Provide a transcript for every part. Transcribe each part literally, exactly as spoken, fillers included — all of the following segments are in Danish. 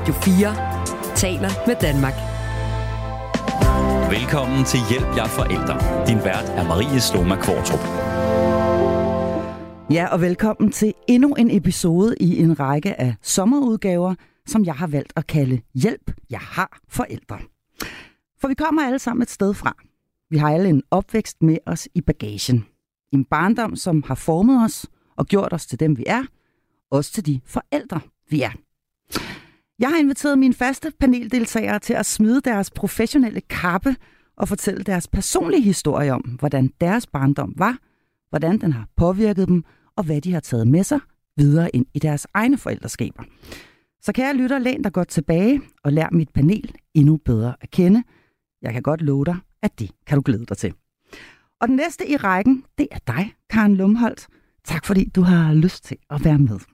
Radio fire taler med Danmark. Velkommen til Hjælp jer forældre. Din vært er Marie Sloma Kvartrup. Ja, og velkommen til endnu en episode i en række af sommerudgaver, som jeg har valgt at kalde Hjælp, jeg har forældre. For vi kommer alle sammen et sted fra. Vi har alle en opvækst med os i bagagen. En barndom, som har formet os og gjort os til dem, vi er. Også til de forældre, vi er. Jeg har inviteret mine faste paneldeltagere til at smide deres professionelle kappe og fortælle deres personlige historie om, hvordan deres barndom var, hvordan den har påvirket dem, og hvad de har taget med sig videre ind i deres egne forældreskaber. Så kære lytter, læn dig godt tilbage og lær mit panel endnu bedre at kende. Jeg kan godt love dig, at det kan du glæde dig til. Og den næste i rækken, det er dig, Karen Lumholt. Tak fordi du har lyst til at være med.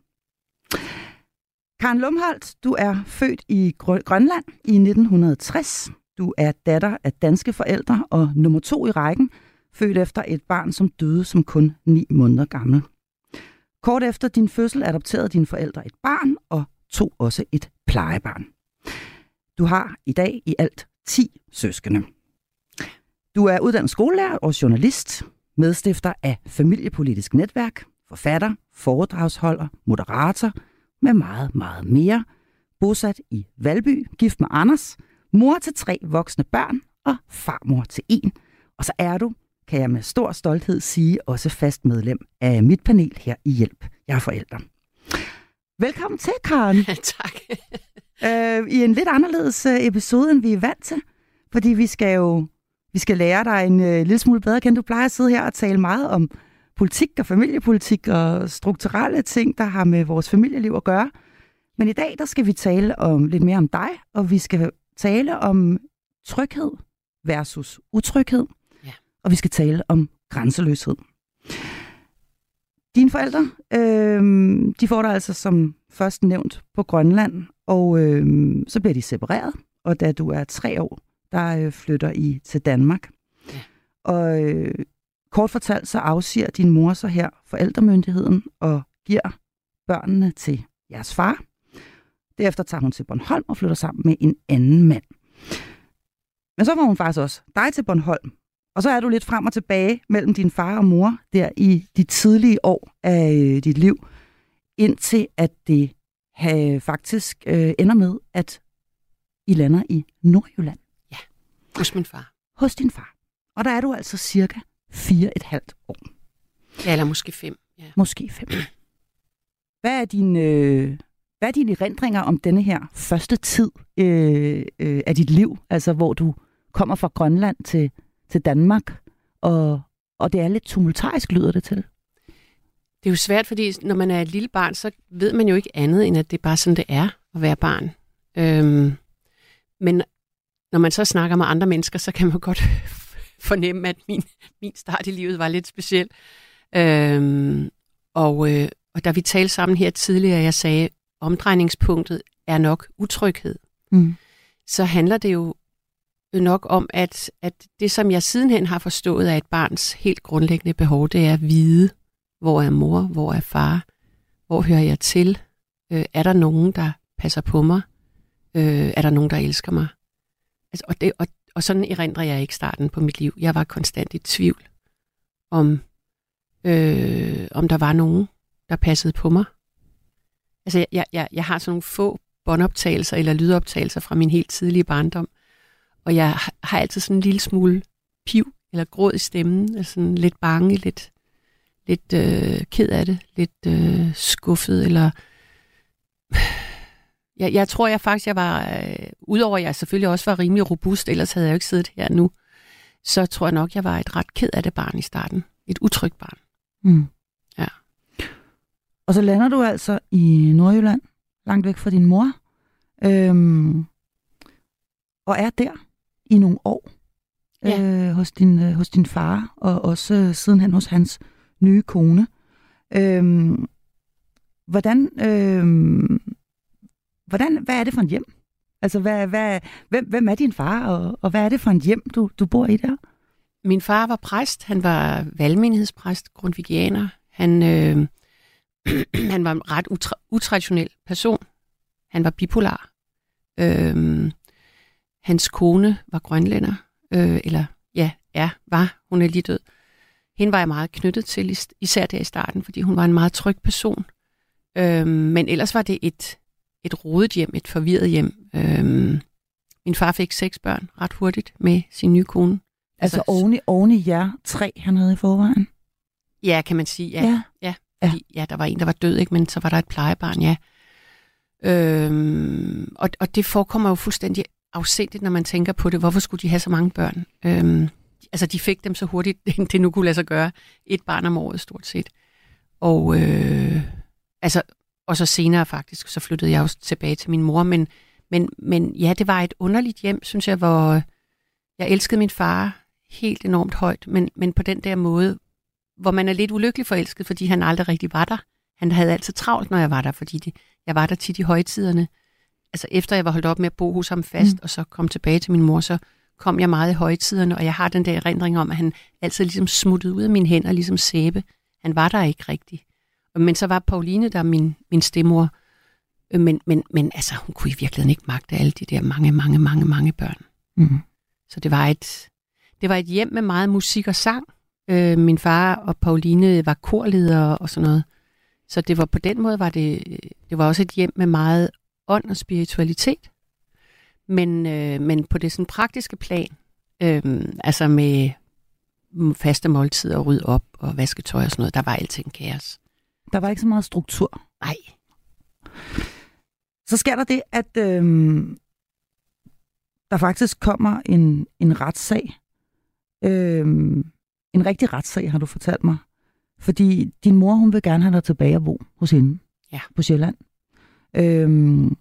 Karen Lumholt, du er født i Grønland i nitten tres. Du er datter af danske forældre og nummer to i rækken, født efter et barn, som døde som kun ni måneder gammel. Kort efter din fødsel adopterede dine forældre et barn og tog også et plejebarn. Du har i dag i alt ti søskende. Du er uddannet skolelærer og journalist, medstifter af Familiepolitisk Netværk, forfatter, foredragsholder, moderator med meget, meget mere. Bosat i Valby, gift med Anders, mor til tre voksne børn og farmor til en. Og så er du, kan jeg med stor stolthed sige, også fast medlem af mit panel her i Hjælp, jeg er forældre. Velkommen til, Karen. Tak. øh, I en lidt anderledes episode, end vi er vant til. Fordi vi skal jo vi skal lære dig en øh, lille smule bedre kende. Du plejer at sidde her og tale meget om politik og familiepolitik og strukturelle ting, der har med vores familieliv at gøre. Men i dag, der skal vi tale om lidt mere om dig, og vi skal tale om tryghed versus utryghed. Ja. Og vi skal tale om grænseløshed. Dine forældre, øh, de får dig altså som først nævnt på Grønland, og øh, så bliver de separeret, og da du er tre år, der øh, flytter I til Danmark. Ja. Og øh, kort fortalt, så afsiger din mor så her forældremyndigheden og giver børnene til jeres far. Derefter tager hun til Bornholm og flytter sammen med en anden mand. Men så får hun faktisk også dig til Bornholm. Og så er du lidt frem og tilbage mellem din far og mor der i de tidlige år af øh, dit liv, indtil at det have, faktisk øh, ender med, at I lander i Nordjylland. Ja, hos min far. Hos din far. Og der er du altså cirka fire et halvt år. Ja, eller måske fem. Ja. Måske fem. Hvad er dine, øh, hvad er dine erindringer om denne her første tid øh, øh, af dit liv? Altså, hvor du kommer fra Grønland til, til Danmark, og, og det er lidt tumultarisk, lyder det til. Det er jo svært, fordi når man er et lille barn, så ved man jo ikke andet, end at det er bare sådan, det er at være barn. Øhm, men når man så snakker med andre mennesker, så kan man godt fornemme, at min, min start i livet var lidt speciel. Øhm, og, øh, og da vi talte sammen her tidligere, jeg sagde, omdrejningspunktet er nok utryghed. Mm. Så handler det jo nok om, at, at det, som jeg sidenhen har forstået, er et barns helt grundlæggende behov, det er at vide, hvor er mor, hvor er far, hvor hører jeg til, øh, er der nogen, der passer på mig, øh, er der nogen, der elsker mig. Altså, og, det, og, og sådan erindrer jeg ikke starten på mit liv. Jeg var konstant i tvivl om, øh, om der var nogen, der passede på mig. Altså, jeg, jeg, jeg har sådan nogle få båndoptagelser eller lydoptagelser fra min helt tidlige barndom, og jeg har altid sådan en lille smule piv eller gråd i stemmen, altså sådan lidt bange, lidt, lidt øh, ked af det, lidt øh, skuffet, eller jeg, jeg tror jeg faktisk, jeg var, øh, udover at jeg selvfølgelig også var rimelig robust, ellers havde jeg jo ikke siddet her nu, så tror jeg nok, jeg var et ret ked af det barn i starten. Et utrygt barn. Mm. Ja. Og så lander du altså i Nordjylland, langt væk fra din mor, øhm, og er der i nogle år ja. øh, hos, din, øh, hos din far, og også øh, sidenhen hos hans nye kone. Øhm, hvordan, øhm, hvordan, hvad er det for en hjem? Altså, hvad, hvad, hvem, hvem er din far, og, og hvad er det for en hjem, du, du bor i der? Min far var præst. Han var valgmenighedspræst, grundvigianer. Han, øh, han var en ret utra- utraditionel person. Han var bipolar. Øhm, hans kone var grønlænder, øh, eller ja, er, var, hun er lige død. Hende var jeg meget knyttet til, især der i starten, fordi hun var en meget tryg person. Øhm, men ellers var det et, et rodet hjem, et forvirret hjem. Øhm, min far fik seks børn ret hurtigt med sin nye kone. Altså, altså oven, i, oven i jer tre, han havde i forvejen? Ja, kan man sige, ja. Ja, ja, fordi, ja. ja der var en, der var død, ikke, men så var der et plejebarn, ja. Øhm, og, og det forekommer jo fuldstændig afsindigt, når man tænker på det. Hvorfor skulle de have så mange børn? Øhm, altså, de fik dem så hurtigt, det nu kunne lade sig gøre. Et barn om året, stort set. Og, øh, altså, og så senere faktisk, så flyttede jeg også tilbage til min mor. Men, men, men ja, det var et underligt hjem, synes jeg, hvor jeg elskede min far helt enormt højt, men, men på den der måde, hvor man er lidt ulykkelig forelsket, fordi han aldrig rigtig var der. Han havde altid travlt, når jeg var der, fordi det, jeg var der tit i højtiderne. Altså efter jeg var holdt op med at bo hos ham fast, mm. og så kom tilbage til min mor, så kom jeg meget i højtiderne, og jeg har den der erindring om, at han altid ligesom smuttede ud af mine hænder, ligesom sæbe. Han var der ikke rigtig. Men så var Pauline der, min, min stemmor. Men, men, men altså, hun kunne i virkeligheden ikke magte alle de der mange, mange, mange, mange børn. Mm. Så det var et, det var et hjem med meget musik og sang. Øh, min far og Pauline var korledere og sådan noget. Så det var på den måde, var det, det var også et hjem med meget ånd og spiritualitet. Men, øh, men på det sådan praktiske plan, øh, altså med faste måltider og rydde op og vaske tøj og sådan noget, der var alting kaos. Der var ikke så meget struktur. Nej. Så sker der det, at øh, der faktisk kommer en, en retssag. Øh, en rigtig retssag, har du fortalt mig. Fordi din mor, hun vil gerne have dig tilbage at bo hos hende. Ja. På Sjælland. Øhm,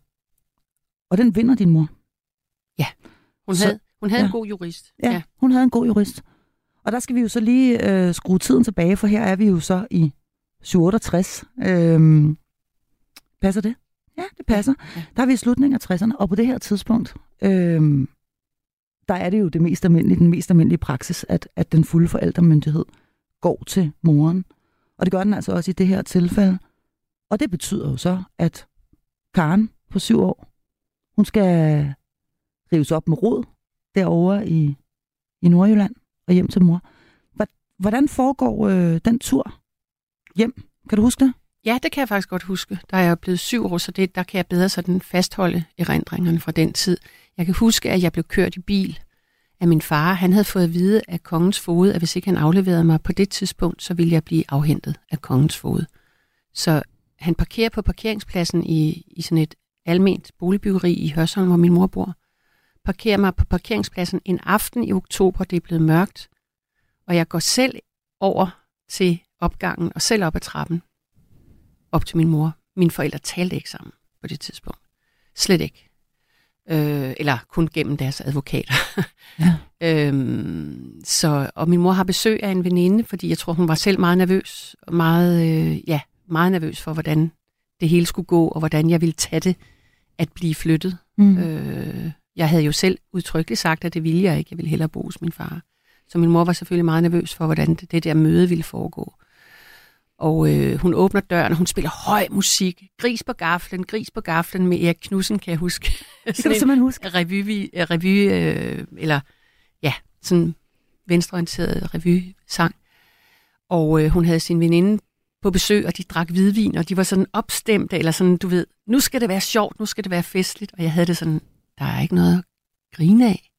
og den vinder din mor. Ja. Hun så, havde, hun havde ja. en god jurist. Ja, ja, hun havde en god jurist. Og der skal vi jo så lige øh, skrue tiden tilbage, for her er vi jo så i syvogtres. Øhm, passer det? Ja, det passer. Ja. Der er vi i slutningen af tresserne, og på det her tidspunkt, øhm, der er det jo det mest almindelige, den mest almindelige praksis, at, at den fulde forældremyndighed går til moren. Og det gør den altså også i det her tilfælde. Og det betyder jo så, at Karen på syv år, hun skal rives op med rod derovre i, i Nordjylland og hjem til mor. Hvordan foregår øh, den tur hjem? Kan du huske det? Ja, det kan jeg faktisk godt huske. Der er jeg blevet syv år, så det, der kan jeg bedre sådan fastholde erindringerne fra den tid. Jeg kan huske, at jeg blev kørt i bil af min far. Han havde fået at vide af kongens foged, at hvis ikke han afleverede mig på det tidspunkt, så ville jeg blive afhentet af kongens foged. Så han parkerer på parkeringspladsen i, i sådan et alment boligbyggeri i Hørsholm, hvor min mor bor. Parkerer mig på parkeringspladsen en aften i oktober, det er blevet mørkt, og jeg går selv over til opgangen og selv op ad trappen, op til min mor. Mine forældre talte ikke sammen på det tidspunkt. Slet ikke. Øh, eller kun gennem deres advokater. Ja. øhm, så, og min mor har besøg af en veninde, fordi jeg tror, hun var selv meget nervøs. Og meget, øh, ja, meget nervøs for, hvordan det hele skulle gå, og hvordan jeg ville tage det at blive flyttet. Mm. Øh, jeg havde jo selv udtrykkeligt sagt, at det ville jeg ikke. Jeg ville hellere bo hos min far. Så min mor var selvfølgelig meget nervøs for, hvordan det, det der møde ville foregå. Og øh, hun åbner døren, og hun spiller høj musik. Gris på gaflen, gris på gaflen med Erik Knudsen, kan jeg huske. Det kan du simpelthen huske. Revy, revy øh, eller ja, sådan venstreorienteret revy-sang. Og øh, hun havde sin veninde på besøg, og de drak hvidvin, og de var sådan opstemte, eller sådan, du ved, nu skal det være sjovt, nu skal det være festligt. Og jeg havde det sådan, der er ikke noget at grine af.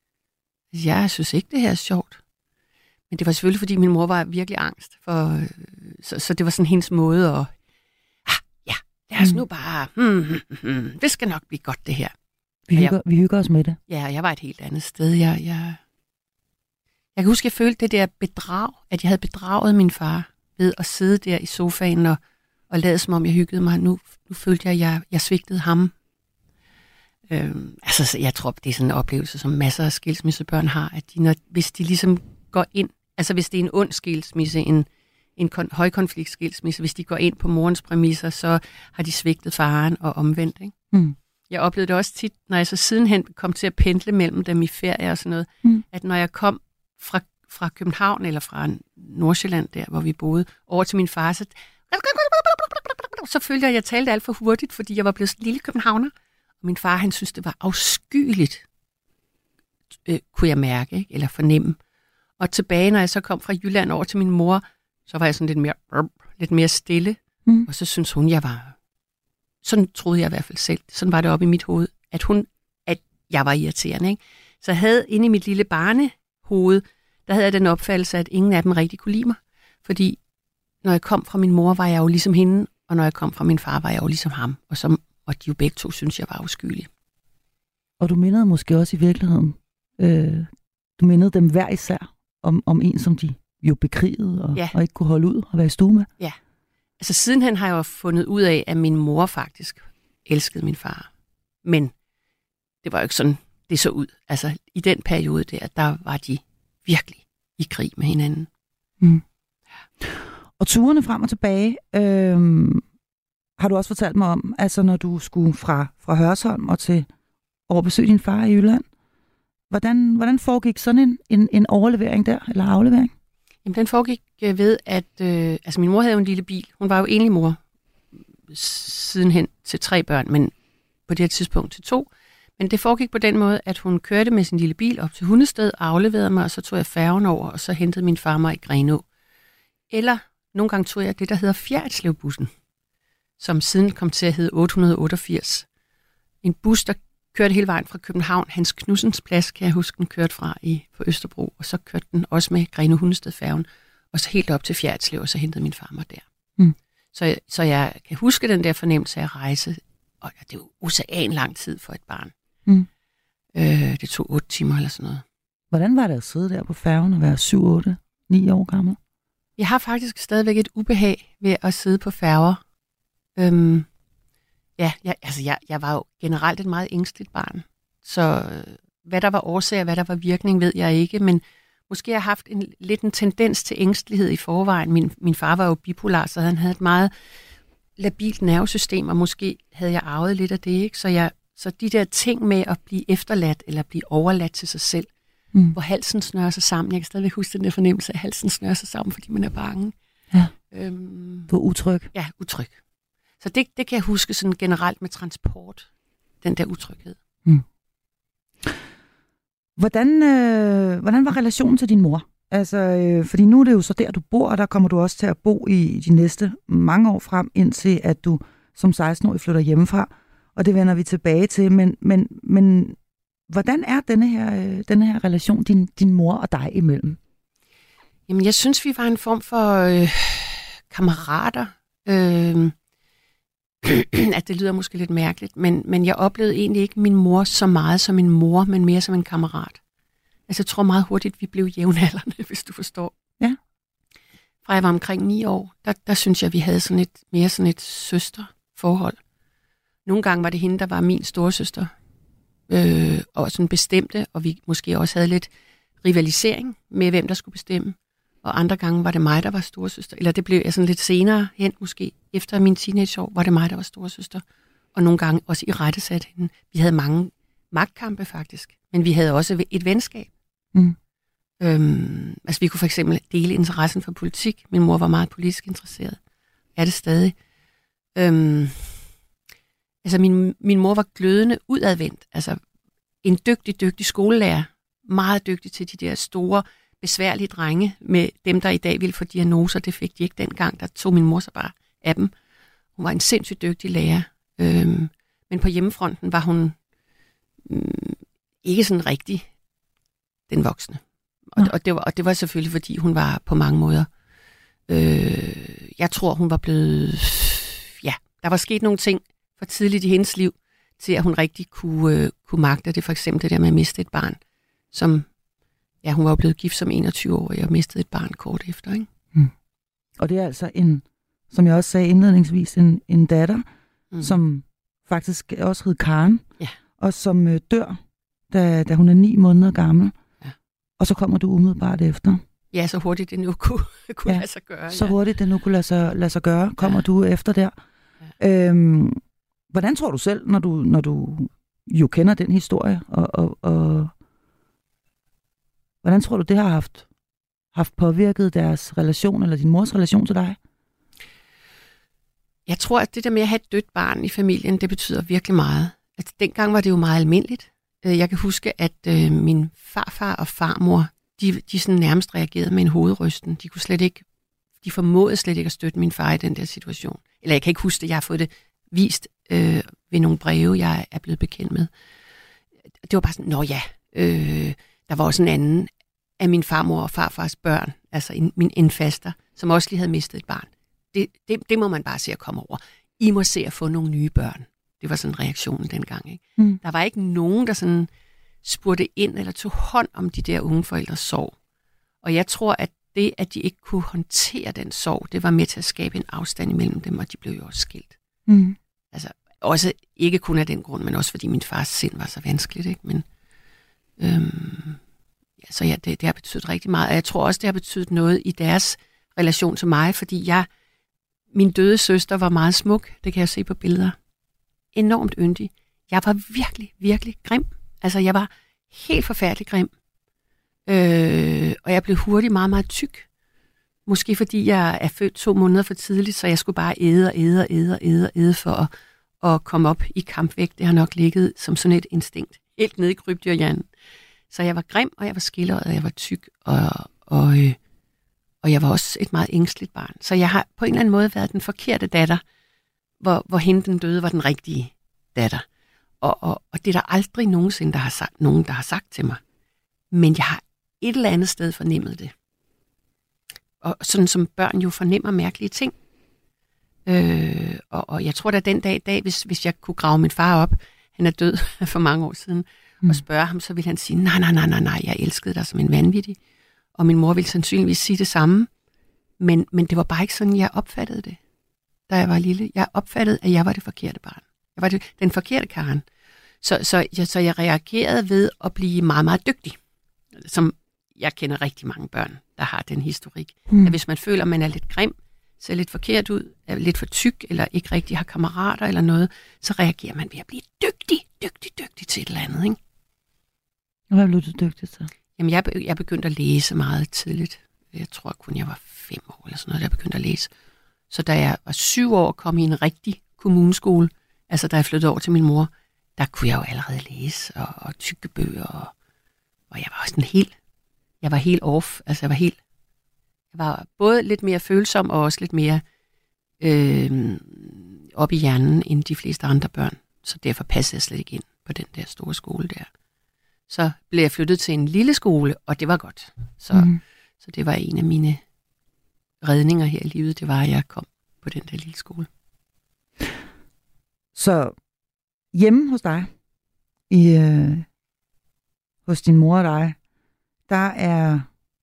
Jeg synes ikke, det her er sjovt. Men det var selvfølgelig, fordi min mor var virkelig angst. For, så, så det var sådan hendes måde at, ah, ja, lad os nu bare, hmm, hmm, hmm, det skal nok blive godt, det her. Vi hygger, jeg, vi hygger os med det. Ja, jeg var et helt andet sted. Jeg, jeg, jeg kan huske, jeg følte det der bedrag, at jeg havde bedraget min far ved at sidde der i sofaen og, og lade som om, jeg hyggede mig. Nu, nu følte jeg, at jeg, jeg svigtede ham. Øhm, altså, jeg tror, det er sådan en oplevelse, som masser af skilsmissebørn har, at de, når, hvis de ligesom går ind, altså hvis det er en ond skilsmisse, en, en kon- højkonfliktskilsmisse, hvis de går ind på morens præmisser, så har de svigtet faren og omvendt. Ikke? Mm. Jeg oplevede det også tit, når jeg så sidenhen kom til at pendle mellem dem i ferie og sådan noget, mm. at når jeg kom fra, fra København eller fra Nordsjælland, der hvor vi boede, over til min far, så, så følte jeg, at jeg talte alt for hurtigt, fordi jeg var blevet sådan en lille københavner. Min far, han synes, det var afskyeligt, øh, kunne jeg mærke, ikke? Eller fornemme. Og tilbage, når jeg så kom fra Jylland over til min mor, så var jeg sådan lidt mere, øh, lidt mere stille. Mm. Og så synes hun, jeg var... Sådan troede jeg i hvert fald selv. Sådan var det oppe i mit hoved, at hun, at jeg var irriterende, ikke? Så jeg havde inde i mit lille barnehoved, der havde jeg den opfattelse, at ingen af dem rigtig kunne lide mig. Fordi når jeg kom fra min mor, var jeg jo ligesom hende, og når jeg kom fra min far, var jeg jo ligesom ham. Og, som, og de jo begge to synes jeg var afskyelige. Og du mindede måske også i virkeligheden, øh, du mindede dem hver især om, om en, som de jo bekrigede og, ja. og ikke kunne holde ud og være i stue med. Ja. Altså sidenhen har jeg jo fundet ud af, at min mor faktisk elskede min far. Men det var jo ikke sådan, det så ud. Altså i den periode der, der var de virkelig i krig med hinanden. Mm. Ja. Og turene frem og tilbage, øh, har du også fortalt mig om, altså når du skulle fra, fra Hørsholm og til over besøge din far i Jylland. Hvordan, hvordan foregik sådan en, en, en overlevering der, eller aflevering? Jamen, den foregik ved, at øh, altså min mor havde jo en lille bil. Hun var jo enlig mor sidenhen til tre børn, men på det her tidspunkt til to. Men det foregik på den måde, at hun kørte med sin lille bil op til Hundested og afleverede mig, og så tog jeg færgen over, og så hentede min far mig i Grenå. Eller nogle gange tog jeg det, der hedder Fjerritslev-bussen, som siden kom til at hedde otte hundrede otteogfirs. En bus, der kørte hele vejen fra København. Hans Knudsens Plads, kan jeg huske, den kørte fra i, på Østerbro, og så kørte den også med Grenå Hundested-færgen, og så helt op til Fjerritslev, og så hentede min far mig der. Mm. Så, så jeg kan huske den der fornemmelse af at rejse, og det er jo ocean lang tid for et barn. Mm. Øh, det tog otte timer eller sådan noget. Hvordan var det at sidde der på færgen og være syv, otte, ni år gammel? Jeg har faktisk stadigvæk et ubehag ved at sidde på færger. Øhm, ja, jeg, altså jeg, jeg var jo generelt et meget ængsteligt barn. Så øh, hvad der var årsag og hvad der var virkning, ved jeg ikke. Men måske har jeg haft en, lidt en tendens til ængstelighed i forvejen. Min, min far var jo bipolar, så han havde et meget labilt nervesystem, og måske havde jeg arvet lidt af det, ikke? Så, jeg, så de der ting med at blive efterladt eller blive overladt til sig selv, mm. hvor halsen snører sig sammen. Jeg kan stadigvæk huske den der fornemmelse, at halsen snører sig sammen, fordi man er bange. Ja. Øhm, du er utryg. Ja, utryg. Så det, det kan jeg huske sådan generelt med transport, den der utryghed. Mm. Hvordan, øh, hvordan var relationen til din mor? Altså, øh, fordi nu er det jo så der, du bor, og der kommer du også til at bo i de næste mange år frem, indtil at du som seksten-årig flytter hjemmefra. Og det vender vi tilbage til. Men, men, men hvordan er denne her, øh, denne her relation, din, din mor og dig imellem? Jamen, jeg synes, vi var en form for øh, kammerater. Øh, at det lyder måske lidt mærkeligt, men, men jeg oplevede egentlig ikke min mor så meget som en mor, men mere som en kammerat. Altså, jeg tror meget hurtigt, vi blev jævnaldrende, hvis du forstår. Ja. Fra jeg var omkring ni år, der, der synes jeg, vi havde sådan et, mere sådan et søsterforhold. Nogle gange var det hende, der var min storesøster, øh, og sådan bestemte, og vi måske også havde lidt rivalisering med, hvem der skulle bestemme. Og andre gange var det mig, der var storesøster. Eller det blev jeg sådan lidt senere hen, måske efter min teenageår, var det mig, der var storesøster. Og nogle gange også i rettesat hende. Vi havde mange magtkampe faktisk, men vi havde også et venskab. Mm. Øhm, altså vi kunne for eksempel dele interessen for politik. Min mor var meget politisk interesseret. Er det stadig. Øhm, altså min, min mor var glødende udadvendt. Altså en dygtig, dygtig skolelærer. Meget dygtig til de der store, besværlige drenge med dem, der i dag ville få diagnoser. Det fik de ikke dengang. Der tog min mor så bare af dem. Hun var en sindssygt dygtig lærer. Øhm, men på hjemmefronten var hun øhm, ikke sådan rigtig den voksne. Og, og, det var, og det var selvfølgelig, fordi hun var på mange måder. Øh, jeg tror, hun var blevet... Ja, der var sket nogle ting for tidligt i hendes liv, til at hun rigtig kunne, øh, kunne magte det. For eksempel det der med at miste et barn, som... Ja, hun var jo blevet gift som enogtyve-årig og mistede et barn kort efter, ikke? Mm. Og det er altså en, som jeg også sagde indledningsvis, en, en datter, mm. som faktisk også hed Karen, ja. og som øh, dør, da, da hun er ni måneder gammel. Ja. Og så kommer du umiddelbart efter. Ja, så hurtigt det nu kunne, kunne ja, lade sig gøre. Så ja. hurtigt det nu kunne lade sig, lade sig gøre, kommer ja. du efter der. Ja. Øhm, hvordan tror du selv, når du, når du jo kender den historie, og... og, og hvordan tror du, det har haft, haft påvirket deres relation, eller din mors relation til dig? Jeg tror, at det der med at have et dødt barn i familien, det betyder virkelig meget. Altså, dengang var det jo meget almindeligt. Jeg kan huske, at øh, min farfar og farmor, de, de sådan nærmest reagerede med en hovedrysten. De kunne slet ikke, de formåede slet ikke at støtte min far i den der situation. Eller jeg kan ikke huske det, jeg har fået det vist øh, ved nogle breve, jeg er blevet bekendt med. Det var bare sådan, nå ja, øh, der var også en anden af min farmor og farfars børn, altså en, min indfaster, som også lige havde mistet et barn. Det, det, det må man bare se at komme over. I må se at få nogle nye børn. Det var sådan reaktionen dengang. Ikke? Mm. Der var ikke nogen, der sådan spurgte ind eller tog hånd om de der unge forældres sorg. Og jeg tror, at det, at de ikke kunne håndtere den sorg, det var med til at skabe en afstand imellem dem, og de blev jo også skilt. Mm. Altså også ikke kun af den grund, men også fordi min fars sind var så vanskeligt. Ikke? Men, øhm, ja, så ja, det, det har betydet rigtig meget. Og jeg tror også, det har betydet noget i deres relation til mig, fordi jeg, min døde søster var meget smuk. Det kan jeg se på billeder. Enormt yndig. Jeg var virkelig, virkelig grim. Altså, jeg var helt forfærdelig grim. Øh, og jeg blev hurtigt meget, meget tyk. Måske fordi jeg er født to måneder for tidligt, så jeg skulle bare æde og æde og æde og æde og æde for at, at komme op i kampvægt. Det har nok ligget som sådan et instinkt. Helt nede i krybdyrhjernen. Så jeg var grim, og jeg var skildret, og jeg var tyk, og, og, øh, og jeg var også et meget ængstligt barn. Så jeg har på en eller anden måde været den forkerte datter, hvor, hvor hende den døde var den rigtige datter. Og, og, og det er der aldrig nogensinde, der har sagt, nogen, der har sagt til mig. Men jeg har et eller andet sted fornemmet det. Og sådan som børn jo fornemmer mærkelige ting. Øh, og, og jeg tror da den dag i dag, hvis, hvis jeg kunne grave min far op, han er død for mange år siden, mm. og spørge ham, så ville han sige, nej, nej, nej, nej, nej, jeg elskede dig som en vanvittig. Og min mor ville sandsynligvis sige det samme. Men, men det var bare ikke sådan, jeg opfattede det, da jeg var lille. Jeg opfattede, at jeg var det forkerte barn. Jeg var det, den forkerte Karen. Så, så, jeg, så jeg reagerede ved at blive meget, meget dygtig. Som jeg kender rigtig mange børn, der har den historik. Mm. At hvis man føler, at man er lidt grim, ser lidt forkert ud, er lidt for tyk, eller ikke rigtig har kammerater eller noget, så reagerer man ved at blive dygtig, dygtig, dygtig til et eller andet. Ikke? Hvad blev du dygtig til? Jamen, jeg, jeg begyndte at læse meget tidligt. Jeg tror kun, jeg var fem år eller sådan noget, da jeg begyndte at læse. Så da jeg var syv år, kom i en rigtig kommuneskole, altså da jeg flyttede over til min mor, der kunne jeg jo allerede læse og, og tykke bøger, og, og jeg var også sådan helt, jeg var helt off, altså jeg var helt, jeg var både lidt mere følsom og også lidt mere øh, op i hjernen end de fleste andre børn, så derfor passede jeg slet ikke ind på den der store skole der. Så blev jeg flyttet til en lille skole, og det var godt. Så, mm. så det var en af mine redninger her i livet, det var, at jeg kom på den der lille skole. Så hjemme hos dig, i, øh, hos din mor og dig, der er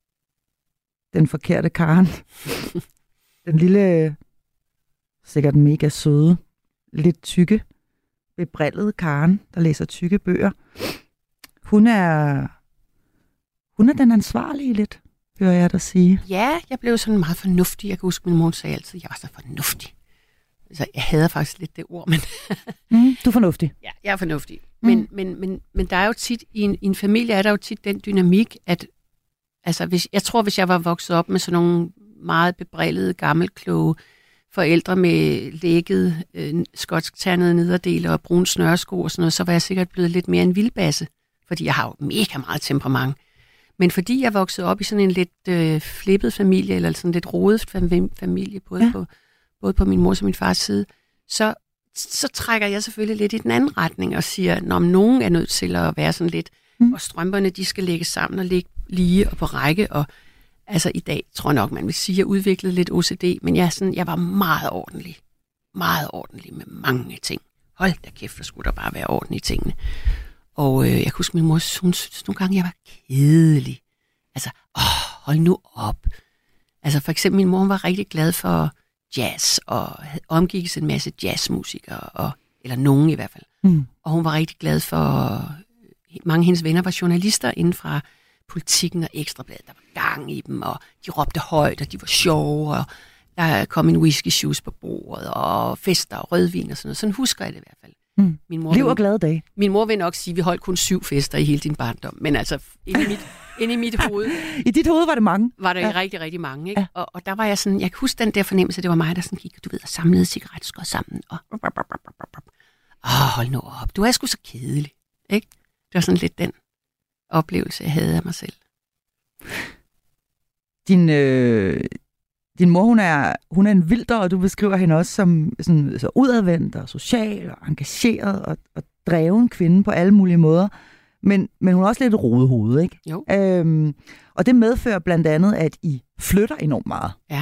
den forkerte Karen. Den lille, sikkert mega søde, lidt tykke, bebrillede Karen, der læser tykke bøger. Hun er, hun er den ansvarlige lidt, hører jeg dig sige. Ja, jeg blev sådan meget fornuftig. Jeg kan huske, min mor sagde altid, at jeg var så fornuftig. Så jeg hader faktisk lidt det ord, men... mm, du er fornuftig. Ja, jeg er fornuftig. Men, mm. men, men, men der er jo tit, i en, i en familie er der jo tit den dynamik, at altså, hvis, jeg tror, hvis jeg var vokset op med sådan nogle meget bebrillede, gammelkloge forældre med lækket, øh, skotsk-ternede nederdele og brune snørsko og sådan noget, så var jeg sikkert blevet lidt mere en vildbasse, fordi jeg har jo mega meget temperament. Men fordi jeg voksede op i sådan en lidt øh, flippet familie, eller sådan lidt rodet familie, både, ja. på, både på min mors og min fars side, så, så trækker jeg selvfølgelig lidt i den anden retning og siger, når nogen er nødt til at være sådan lidt, mm. og strømperne de skal lægges sammen og ligge lige og på række, og altså i dag tror jeg nok, man vil sige, at jeg udviklede lidt O C D, men jeg, sådan, jeg var meget ordentlig. Meget ordentlig med mange ting. Hold da kæft, der skulle der bare være orden i tingene. Og øh, jeg kan huske, min mor, hun synes nogle gange, jeg var kedelig. Altså, åh, hold nu op. Altså for eksempel, min mor var rigtig glad for jazz, og omgik en masse jazzmusikere, og, eller nogen i hvert fald. Mm. Og hun var rigtig glad for, mange af hendes venner var journalister inden fra Politikken og Ekstrabladet. Der var gang i dem, og de råbte højt, og de var sjove, og der kom en whisky shoes på bordet, og fester og rødvin og sådan noget. Sådan husker jeg det i hvert fald. Mm. Min mor Liv og glade dage. Min mor vil nok sige, at vi holdt kun syv fester i hele din barndom. Men altså, inde i mit, inde i mit hoved... I dit hoved var det mange. Var det ja. rigtig, rigtig mange. Ikke? Ja. Og, og der var jeg sådan... Jeg kan huske den der fornemmelse, det var mig, der sådan gik, du ved, og samlede cigaretskår sammen. Og, åh, hold nu op, du er sgu så kedelig. Ikke? Det var sådan lidt den oplevelse, jeg havde af mig selv. Din, øh, din mor, hun er, hun er en vilder, og du beskriver hende også som sådan, så udadvendt og social og engageret og, og dreven kvinde på alle mulige måder. Men, men hun er også lidt et rodehoved, ikke? Jo. Øhm, og det medfører blandt andet, at I flytter enormt meget. Ja.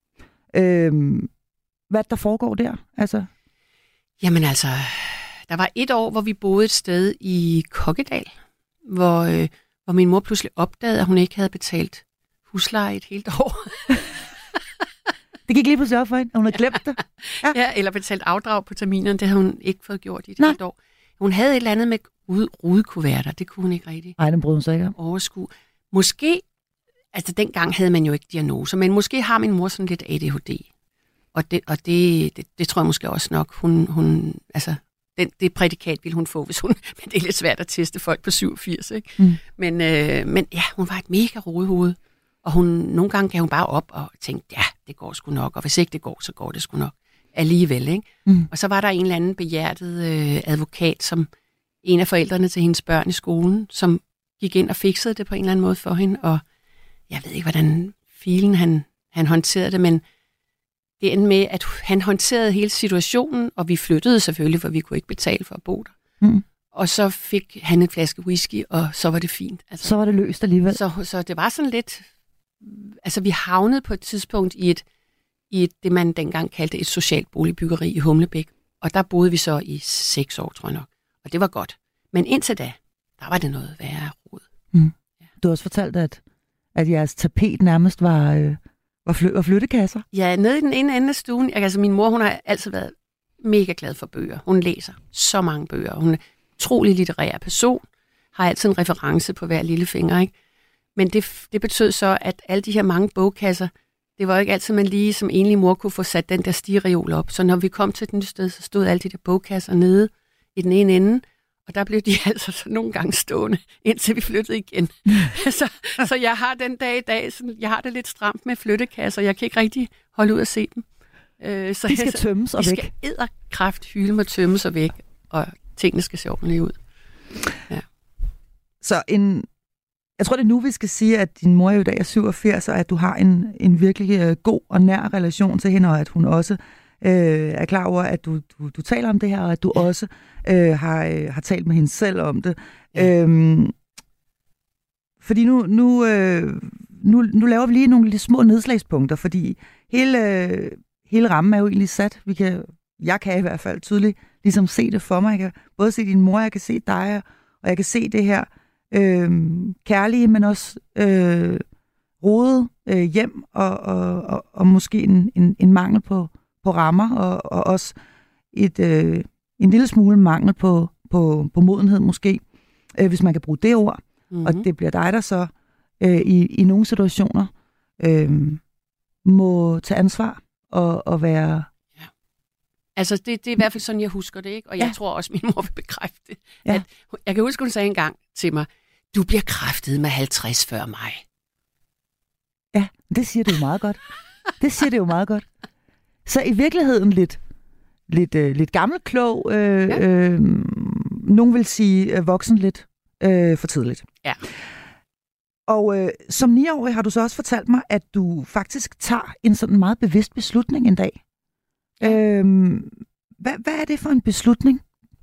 Øhm, hvad der foregår der? Altså? Jamen altså, der var et år, hvor vi boede et sted i Kokkedal, hvor, øh, hvor min mor pludselig opdagede, at hun ikke havde betalt husleje et helt år. Det gik lige pludselig op for hende, og hun havde glemt det. Ja. Ja, eller betalt afdrag på terminerne, det havde hun ikke fået gjort i et Nej. helt år. Hun havde et eller andet med rudekuverter, det kunne hun ikke rigtig Nej, den brød hun sig ikke om. overskue. Måske, altså dengang havde man jo ikke diagnoser, men måske har min mor sådan lidt A D H D. Og det, og det, det, det tror jeg måske også nok, hun, hun altså, den, det prædikat ville hun få, hvis hun, men det er lidt svært at teste folk på syvogfirs, ikke? Mm. Men, øh, men ja, hun var et mega rodehoved, og hun, nogle gange gav hun bare op og tænkte, ja, det går sgu nok, og hvis ikke det går, så går det sgu nok alligevel, ikke? Mm. Og så var der en eller anden behjertet øh, advokat, som en af forældrene til hendes børn i skolen, som gik ind og fiksede det på en eller anden måde for hende, og jeg ved ikke, hvordan filen han, han håndterede det, men det endte med, at han håndterede hele situationen, og vi flyttede selvfølgelig, for vi kunne ikke betale for at bo der. Mm. Og så fik han en flaske whisky, og så var det fint. Altså, så var det løst alligevel. Så, så det var sådan lidt... Altså, vi havnede på et tidspunkt i et, i et, det man dengang kaldte et socialt boligbyggeri i Humlebæk. Og der boede vi så i seks år, tror jeg nok. Og det var godt. Men indtil da, der var det noget værre rod. Mm. Ja. Du har også fortalt, at, at jeres tapet nærmest var... Øh... Og, fly- og flyttekasser? Ja, nede i den ene ende af stuen. Altså, min mor, hun har altid været mega glad for bøger. Hun læser så mange bøger. Hun er en utrolig litterær person. Har altid en reference på hver lille finger, ikke? Men det, det betød så, at alle de her mange bogkasser, det var jo ikke altid, man lige som enlig mor kunne få sat den der stigereol op. Så når vi kom til et nyt sted, så stod alle de der bogkasser nede i den ene ende. Og der blev de altså så nogle gange stående, indtil vi flyttede igen. så, så jeg har den dag i dag, sådan, jeg har det lidt stramt med flyttekasser. Jeg kan ikke rigtig holde ud at se dem. Øh, så de skal jeg, tømmes og de væk. De skal edderkraft hylde med tømmes og væk, og tingene skal se ordentligt ud. Ja. Så en, jeg tror det er nu, vi skal sige, at din mor i dag er syvogfirs, og at du har en, en virkelig uh, god og nær relation til hende, og at hun også øh, er klar over, at du, du, du taler om det her, og at du ja. også øh, har, øh, har talt med hende selv om det. Ja. Øhm, fordi nu, nu, øh, nu, nu laver vi lige nogle lidt små nedslagspunkter, fordi hele, øh, hele rammen er jo egentlig sat. Vi kan, jeg kan i hvert fald tydeligt ligesom se det for mig. Jeg kan både se din mor, jeg kan se dig, og jeg kan se det her øh, kærlige, men også øh, rodet øh, hjem, og, og, og, og måske en, en, en mangel på, på rammer, og, og også et, øh, en lille smule mangel på, på, på modenhed måske, øh, hvis man kan bruge det ord. Mm-hmm. Og det bliver dig, der så øh, i, i nogle situationer øh, må tage ansvar og, og være... Ja. Altså, det, det er i hvert fald sådan, jeg husker det, ikke? Og jeg ja. tror også, min mor vil bekræfte det. Ja. At, jeg kan huske, hun sagde engang til mig, du bliver kræftet med halvtreds før mig. Ja, det siger det jo meget godt. Det siger det jo meget godt. Så i virkeligheden lidt, lidt, øh, lidt gammelklog, øh, ja. øh, nogen vil sige øh, voksen lidt øh, for tidligt. Ja. Og øh, som niårig har du så også fortalt mig, at du faktisk tager en sådan meget bevidst beslutning en dag. Ja. Øh, hvad, hvad er det for en beslutning?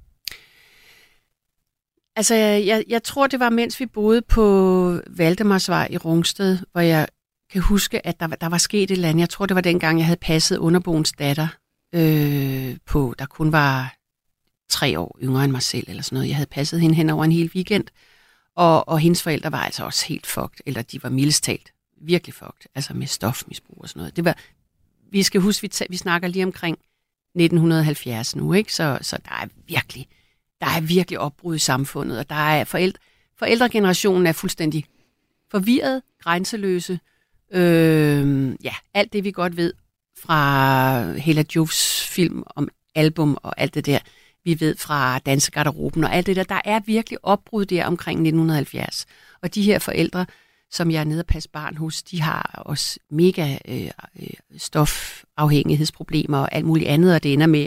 Altså, jeg, jeg tror, det var, mens vi boede på Valdemarsvej i Rungsted, hvor jeg kan huske, at der, der var sket et eller andet. Jeg tror, det var dengang, jeg havde passet underboens datter øh, på, der kun var tre år yngre end mig selv, eller sådan noget. Jeg havde passet hende hen over en hel weekend, og, og hendes forældre var altså også helt fucked, eller de var mildest talt virkelig fucked, altså med stofmisbrug og sådan noget. Det var, vi skal huske, vi, t- vi snakker lige omkring nitten halvfjerds nu, ikke? Så, så der er virkelig, der er virkelig opbrud i samfundet, og der er forældre, forældregenerationen er fuldstændig forvirret, grænseløse. Øh, ja, alt det vi godt ved fra Hella Joofs film om album og alt det der, vi ved fra Dansegarderoben og alt det der, der er virkelig opbrud der omkring nitten halvfjerds. Og de her forældre, som jeg er nede og passe barn hos, de har også mega øh, stofafhængighedsproblemer og alt muligt andet, og det ender med,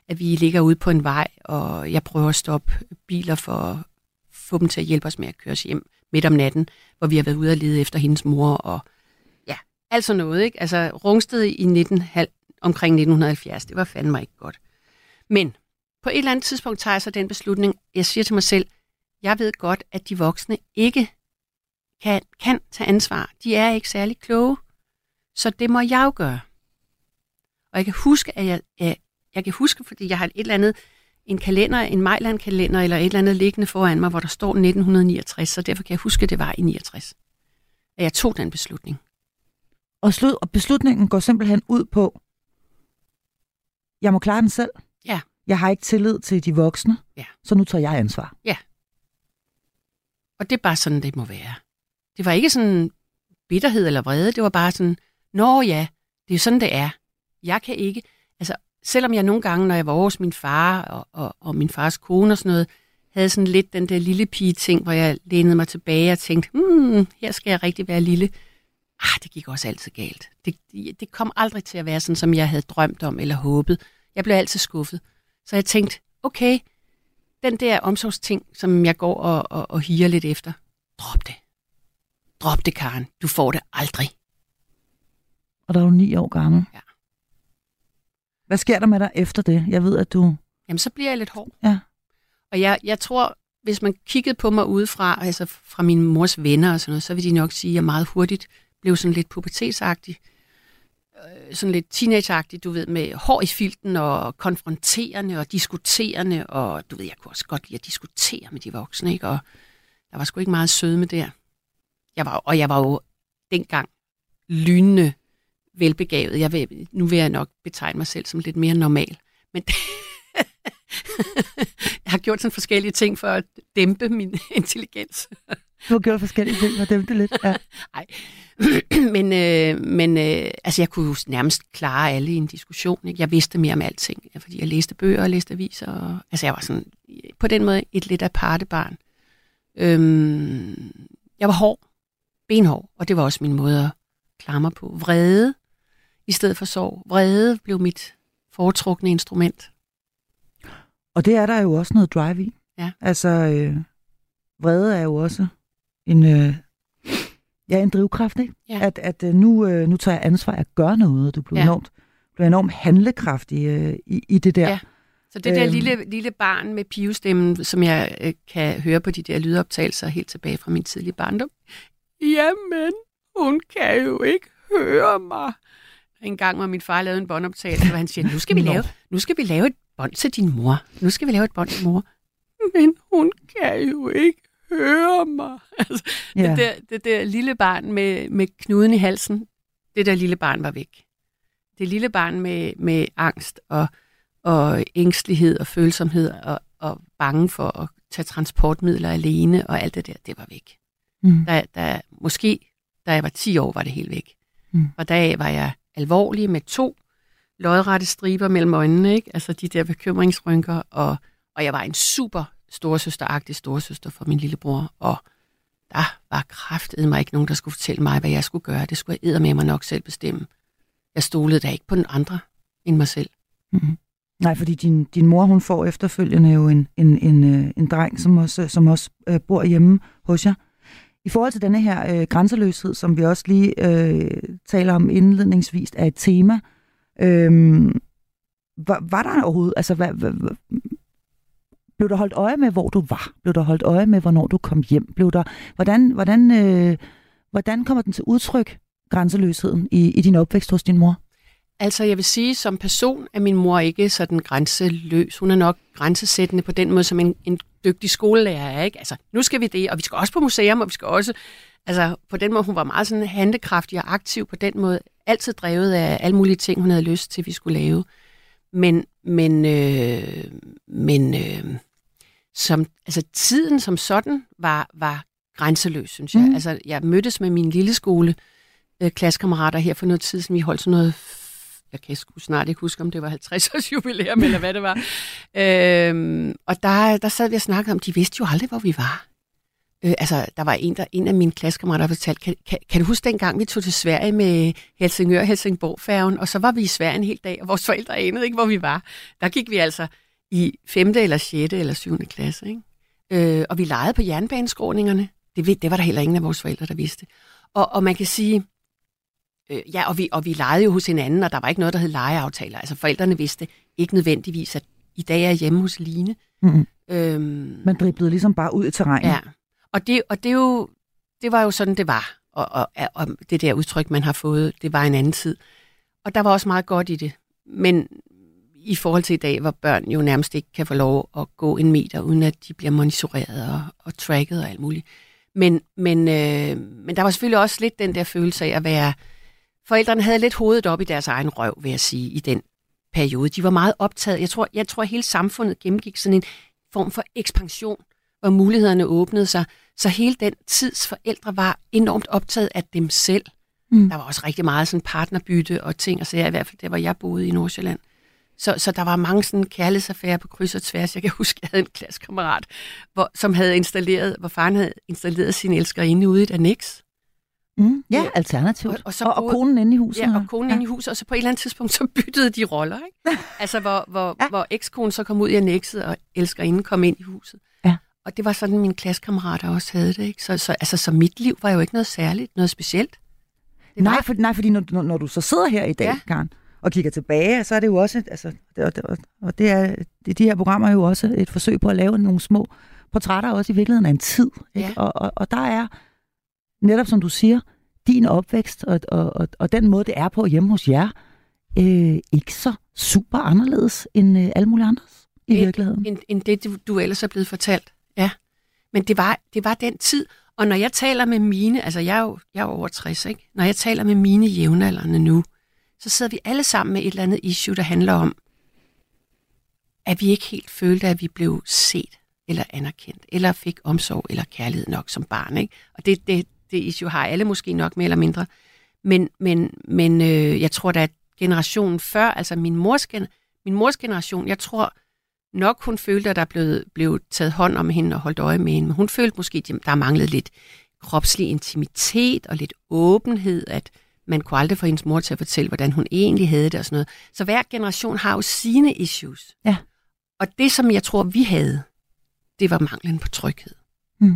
at vi ligger ude på en vej, og jeg prøver at stoppe biler for at få dem til at hjælpe os med at køre os hjem midt om natten, hvor vi har været ude og lede efter hendes mor, og ja, alt sådan noget, ikke? Altså, Rungsted i nitten, omkring nitten halvfjerds, det var fandme ikke godt. Men på et eller andet tidspunkt tager jeg så den beslutning, jeg siger til mig selv, jeg ved godt, at de voksne ikke kan, kan tage ansvar. De er ikke særlig kloge, så det må jeg jo gøre. Og jeg kan huske, at jeg, jeg, jeg kan huske, fordi jeg har et eller andet, en kalender, en Mejland-kalender, eller et eller andet liggende foran mig, hvor der står nitten niogtres, så derfor kan jeg huske, at det var i niogtres, at jeg tog den beslutning. Og, slut, og beslutningen går simpelthen ud på, jeg må klare den selv. Ja. Jeg har ikke tillid til de voksne, ja. Så nu tager jeg ansvar. Ja. Og det er bare sådan, det må være. Det var ikke sådan bitterhed eller vrede, det var bare sådan, nå ja, det er sådan, det er. Jeg kan ikke, altså selvom jeg nogle gange, når jeg var hos min far og, og, og min fars kone og sådan noget, havde sådan lidt den der lille pige-ting, hvor jeg lænede mig tilbage og tænkte, hmm, her skal jeg rigtig være lille. Ah, det gik også altid galt. Det, det kom aldrig til at være sådan, som jeg havde drømt om eller håbet. Jeg blev altid skuffet. Så jeg tænkte, okay, den der omsorgsting, som jeg går og, og, og higer lidt efter, drop det. Drop det, Karen. Du får det aldrig. Og der er du ni år gammel. Ja. Hvad sker der med dig efter det? Jeg ved, at du... Jamen, så bliver jeg lidt hård. Ja. Og jeg, jeg tror, hvis man kiggede på mig udefra, altså fra min mors venner og sådan noget, så vil de nok sige, at jeg meget hurtigt blev sådan lidt pubertetsagtig. Sådan lidt teenageagtig, du ved, med hår i filten og konfronterende og diskuterende. Og du ved, jeg kunne også godt lide at diskutere med de voksne, ikke? Og der var sgu ikke meget sødme der. Jeg var, og jeg var jo dengang lynende velbegavet. Jeg vil, nu vil jeg nok betegne mig selv som lidt mere normal. Men jeg har gjort sådan forskellige ting for at dæmpe min intelligens. Du har gjort forskellige ting for at dæmpe det lidt? Ja. Nej, men, øh, men øh, altså jeg kunne jo nærmest klare alle i en diskussion. Ikke? Jeg vidste mere om alting, fordi jeg læste bøger og læste aviser. Og, altså jeg var sådan på den måde et lidt aparte barn. Øhm, jeg var hård, benhård, og det var også min måde at klare mig på. Vrede i stedet for sorg. Vrede blev mit foretrukne instrument. Og det er der jo også noget drive i. Ja. Altså, øh, vrede er jo også en, øh, ja, en drivkraft, ikke? Ja. At, at øh, nu, øh, nu tager jeg ansvar at gøre noget, og du blev, ja. enormt, blev enormt handlekraftig øh, i, i det der. Ja. Så det der øhm. lille, lille barn med pivestemmen, som jeg øh, kan høre på de der lydoptagelser helt tilbage fra min tidlige barndom. Jamen, hun kan jo ikke høre mig. En gang, hvor min far lavede en båndoptagelse, hvor han siger, nu skal vi lave, nu skal vi lave et bånd til din mor. Nu skal vi lave et bånd til mor. Men hun kan jo ikke høre mig. Altså, ja. det, der, det der lille barn med, med knuden i halsen, det der lille barn var væk. Det lille barn med, med angst og, og ængstelighed og følsomhed og, og bange for at tage transportmidler alene og alt det der, det var væk. Mm. Der, der, måske, da jeg var ti år, var det helt væk. Mm. Og da var jeg alvorlig med to lodrette striber mellem øjnene, ikke? Altså de der bekymringsrynker, og, og jeg var en super storesøsteragtig storesøster for min lillebror, og der var kraftedeme mig ikke nogen, der skulle fortælle mig, hvad jeg skulle gøre. Det skulle jeg eddermame mig nok selv bestemme. Jeg stolede da ikke på den andre end mig selv. Mm-hmm. Nej, fordi din, din mor, hun får efterfølgende jo en, en, en, en, en dreng, som også, som også øh, bor hjemme hos jer. I forhold til denne her øh, grænseløshed, som vi også lige øh, taler om indledningsvis, er et tema. Øh, var, var der overhovedet, altså hvad, hvad, hvad, blev der holdt øje med, hvor du var? Blev der holdt øje med, hvornår du kom hjem? Blev der, hvordan, hvordan, øh, hvordan kommer den til udtryk, grænseløsheden, i, i din opvækst hos din mor? Altså, jeg vil sige, som person er min mor ikke sådan grænseløs. Hun er nok grænsesættende på den måde, som en, en dygtig skolelærer er, ikke? Altså, nu skal vi det, og vi skal også på museum, og vi skal også... Altså, på den måde, hun var meget sådan handlekraftig og aktiv på den måde. Altid drevet af alle mulige ting, hun havde lyst til, vi skulle lave. Men, men, øh, men øh, som, altså, tiden som sådan var, var grænseløs, synes jeg. Mm. Altså, jeg mødtes med min lille skole øh, klassekammerater her for noget tid siden. Vi holdt sådan noget... Jeg kan sgu snart ikke huske, om det var halvtreds års jubilæum, eller hvad det var. Øhm, og der, der sad vi og snakkede om, de vidste jo aldrig, hvor vi var. Øh, altså, der var en, der, en af mine klassekammerater, der fortalte, kan, kan, kan du huske dengang, vi tog til Sverige med Helsingør-Helsingborg-færgen, og så var vi i Sverige en hel dag, og vores forældre anede ikke, hvor vi var. Der gik vi altså i femte eller sjette eller syvende klasse, ikke? Øh, og vi legede på jernbaneskråningerne. Det, det var der heller ingen af vores forældre, der vidste. Og, og man kan sige, øh, ja, og vi, og vi legede jo hos hinanden, og der var ikke noget, der hed legeaftaler. Altså forældrene vidste ikke nødvendigvis, at i dag er jeg hjemme hos Line. Mm-hmm. Øhm, Man driblede ligesom bare ud i terrænet. Ja, og, det, og det, er jo, det var jo sådan, det var. Og, og, og det der udtryk, man har fået, det var en anden tid. Og der var også meget godt i det. Men i forhold til i dag, hvor børn jo nærmest ikke kan få lov at gå en meter, uden at de bliver monitoreret og, og tracket og alt muligt. Men, men, øh, men der var selvfølgelig også lidt den der følelse af at være... Forældrene havde lidt hovedet op i deres egen røv, vil jeg sige, i den periode. De var meget optaget. Jeg tror, jeg tror at hele samfundet gennemgik sådan en form for ekspansion, hvor mulighederne åbnede sig. Så hele den tids forældre var enormt optaget af dem selv. Mm. Der var også rigtig meget sådan partnerbytte og ting, og så jeg, i hvert fald der, hvor jeg boede i Nordsjælland. Så, så der var mange sådan kærlighedsaffærer på kryds og tværs. Jeg kan huske, jeg havde en klassekammerat, hvor, som havde installeret, hvor faren havde installeret sin elskerinde ude i et anneks. Mm, ja, alternativt. Og, og, så og, og konen inde i huset. Ja, og konen ja. inde i huset, og så på et eller andet tidspunkt, så byttede de roller, ikke? Altså, hvor, hvor, ja. hvor ekskonen så kom ud i annekset, og elskerinden kom ind i huset. Ja. Og det var sådan, mine klassekammerater også havde det, ikke? Så, så, altså, så mit liv var jo ikke noget særligt, noget specielt. Det nej, for, nej, fordi når, når, når du så sidder her i dag, ja. Karen, og kigger tilbage, så er det jo også, altså, det, og, og det er, det, de her programmer er jo også et forsøg på at lave nogle små portrætter, også i virkeligheden af en tid. Ikke? Ja. Og, og, og der er, netop som du siger, din opvækst og, og, og, og den måde, det er på hjemme hos jer, øh, ikke så super anderledes end øh, alle mulige andres i en, virkeligheden. End, end det, du, du ellers er blevet fortalt. Ja, men det var, det var den tid. Og når jeg taler med mine, altså jeg er jo, jeg er over tres, ikke? Når jeg taler med mine jævnaldrende nu, så sidder vi alle sammen med et eller andet issue, der handler om, at vi ikke helt følte, at vi blev set eller anerkendt, eller fik omsorg eller kærlighed nok som barn, ikke? Og det, det, det issue har alle måske nok mere eller mindre. Men, men, men øh, jeg tror, at generationen før, altså min mors, min mors generation, jeg tror nok, hun følte, at der blev, blev taget hånd om hende og holdt øje med hende. Men hun følte måske, at der manglede lidt kropslig intimitet og lidt åbenhed, at man kunne aldrig få hendes mor til at fortælle, hvordan hun egentlig havde det og sådan noget. Så hver generation har jo sine issues. Ja. Og det, som jeg tror, vi havde, det var manglen på tryghed. Mm.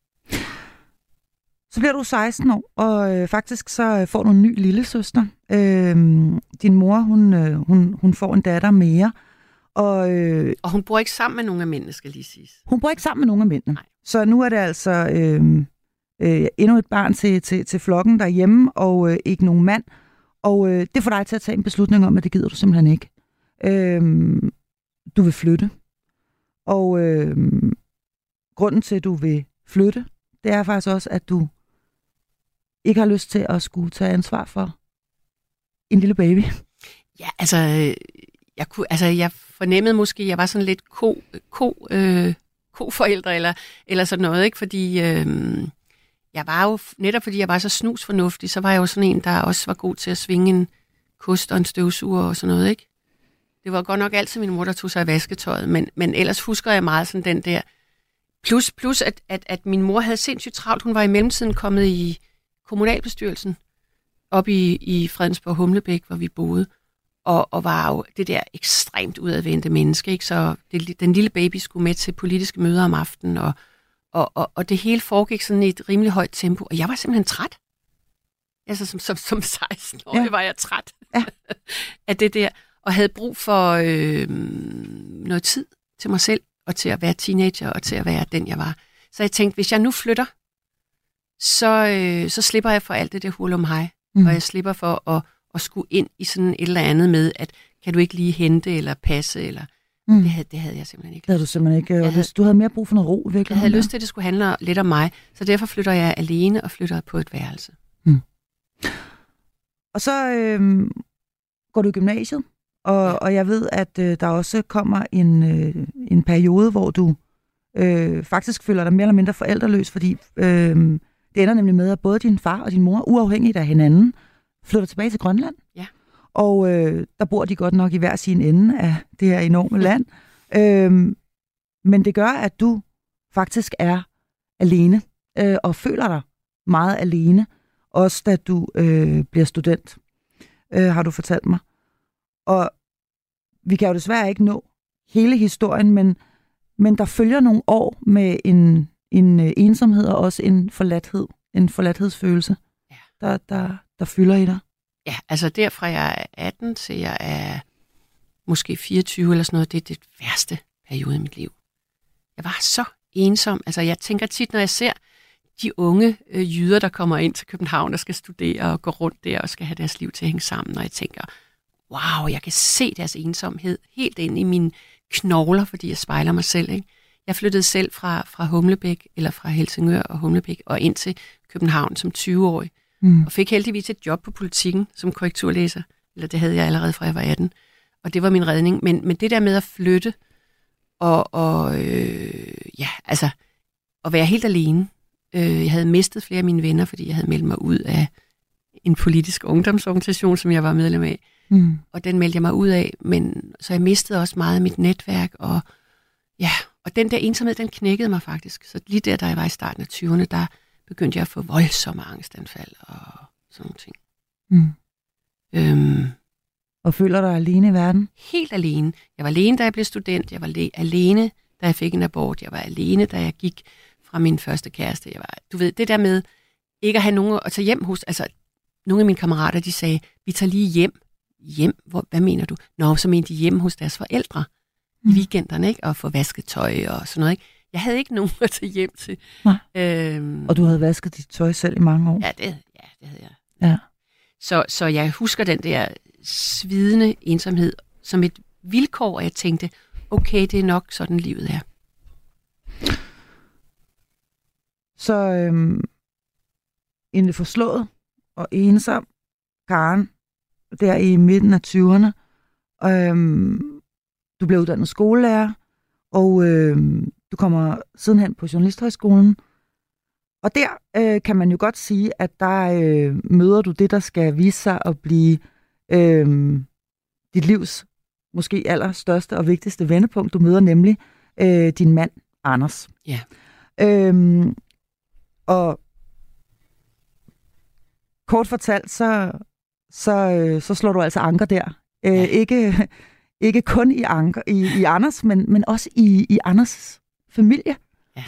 Så bliver du seksten år, og øh, faktisk så får du en ny lillesøster. Øh, din mor, hun, øh, hun, hun får en datter mere. Og, øh, og hun bor ikke sammen med nogen af mændene, skal lige siges. Hun bor ikke sammen med nogen af mændene. Nej. Så nu er det altså øh, øh, endnu et barn til, til, til flokken derhjemme, og øh, ikke nogen mand. Og øh, det får dig til at tage en beslutning om, at det gider du simpelthen ikke. Øh, du vil flytte. Og øh, grunden til, at du vil flytte, det er faktisk også, at du ikke har lyst til at skulle tage ansvar for en lille baby. Ja, altså, jeg, kunne, altså, jeg fornemmede måske, at jeg var sådan lidt ko, ko, øh, ko-forældre, eller, eller sådan noget, ikke? Fordi øh, jeg var jo, netop fordi jeg var så snusfornuftig, så var jeg jo sådan en, der også var god til at svinge en kost og en støvsuger og sådan noget, ikke? Det var godt nok altid min mor, der tog sig af vasketøjet, men, men ellers husker jeg meget sådan den der. Plus, plus at, at, at min mor havde sindssygt travlt. Hun var i mellemtiden kommet i kommunalbestyrelsen op i, i Fredensborg Humlebæk, hvor vi boede, og, og var jo det der ekstremt udadvendte menneske, ikke? Så det, den lille baby skulle med til politiske møder om aftenen, og, og, og, og det hele foregik sådan i et rimelig højt tempo, og jeg var simpelthen træt. Altså som, som, som seksten-årig ja. var jeg træt ja. af det der, og havde brug for øh, noget tid til mig selv, og til at være teenager, og til at være den, jeg var. Så jeg tænkte, hvis jeg nu flytter, så, øh, så slipper jeg for alt det der hul om hej, mm. og jeg slipper for at, at skulle ind i sådan et eller andet med, at kan du ikke lige hente, eller passe, eller mm. det, havde, det havde jeg simpelthen ikke. Det havde du simpelthen ikke. Havde, du havde mere brug for noget ro, virkelig. Jeg havde lyst til, at det skulle handle lidt om mig, så derfor flytter jeg alene, og flytter på et værelse. Mm. Og så øh, går du i gymnasiet, og, ja. og jeg ved, at øh, der også kommer en, øh, en periode, hvor du øh, faktisk føler dig mere eller mindre forældreløs, fordi øh, det ender nemlig med, at både din far og din mor, uafhængigt af hinanden, flytter tilbage til Grønland. Ja. Og øh, der bor de godt nok i hver sin ende af det her enorme land. øh, men det gør, at du faktisk er alene øh, og føler dig meget alene, også da du øh, bliver student, øh, har du fortalt mig. Og vi kan jo desværre ikke nå hele historien, men, men der følger nogle år med en, en øh, ensomhed og også en forladthed, en forladthedsfølelse, ja. der, der, der fylder i dig. Ja, altså derfra jeg er atten til jeg er måske fireogtyve eller sådan noget, det er det værste periode i mit liv. Jeg var så ensom. Altså jeg tænker tit, når jeg ser de unge øh, jyder, der kommer ind til København og skal studere og gå rundt der og skal have deres liv til at hænge sammen, og jeg tænker, wow, jeg kan se deres ensomhed helt ind i mine knogler, fordi jeg spejler mig selv. Ikke? Jeg flyttede selv fra, fra Humlebæk, eller fra Helsingør og Humlebæk, og ind til København som tyve-årig, mm. og fik heldigvis et job på Politikken som korrekturlæser, eller det havde jeg allerede fra jeg var atten, og det var min redning. Men, men det der med at flytte, og, og øh, ja, altså, at være helt alene. Øh, jeg havde mistet flere af mine venner, fordi jeg havde meldt mig ud af en politisk ungdomsorganisation, som jeg var medlem af. Mm. Og den meldte jeg mig ud af, men så jeg mistede også meget af mit netværk, og ja, og den der ensomhed, den knækkede mig faktisk. Så lige der, da jeg var i starten af tyverne, der begyndte jeg at få voldsomme angstanfald og sådan nogle ting. Mm. Øhm, og føler dig alene i verden? Helt alene. Jeg var alene, da jeg blev student. Jeg var le- alene, da jeg fik en abort. Jeg var alene, da jeg gik fra min første kæreste. Jeg var, du ved, det der med ikke at have nogen at tage hjem hos. Altså, nogle af mine kammerater, de sagde, vi tager lige hjem. Hjem? Hvor, hvad mener du? Nå, så mente de hjem hos deres forældre mm. i weekenderne, ikke? Og få vasket tøj og sådan noget, ikke? Jeg havde ikke nogen at tage hjem til. Øhm, og du havde vasket dit tøj selv i mange år? Ja, det, ja, det havde jeg. Ja. Så, så jeg husker den der svidende ensomhed som et vilkår, og jeg tænkte, okay, det er nok sådan livet er. Så øhm, en forslået og ensom Karen, der i midten af tyverne, øhm, du blev uddannet skolelærer, og øhm, du kommer sidenhen på Journalisthøjskolen. Og der øh, kan man jo godt sige, at der øh, møder du det, der skal vise sig at blive øh, dit livs måske allerstørste og vigtigste vendepunkt. Du møder nemlig øh, din mand, Anders. Ja. Øhm, og kort fortalt, så, så, øh, så slår du altså anker der. Øh, ja. ikke, ikke kun i, anker, i, i Anders, men, men også i, i Anders' familie. Ja.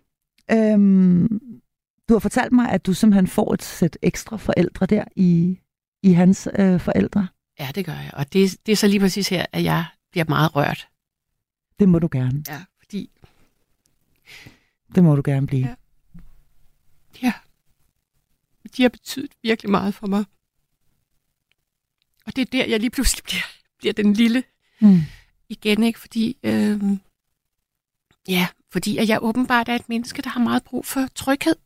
Øhm, du har fortalt mig, at du simpelthen får et sæt ekstra forældre der i, i hans øh, forældre. Ja, det gør jeg. Og det, det er så lige præcis her, at jeg bliver meget rørt. Det må du gerne. Ja, fordi... Det må du gerne blive. Ja. Ja. De har betydet virkelig meget for mig. Og det er der, jeg lige pludselig bliver, bliver den lille mm. igen, ikke? Fordi... Øh, ja, fordi at jeg åbenbart er et menneske, der har meget brug for tryghed.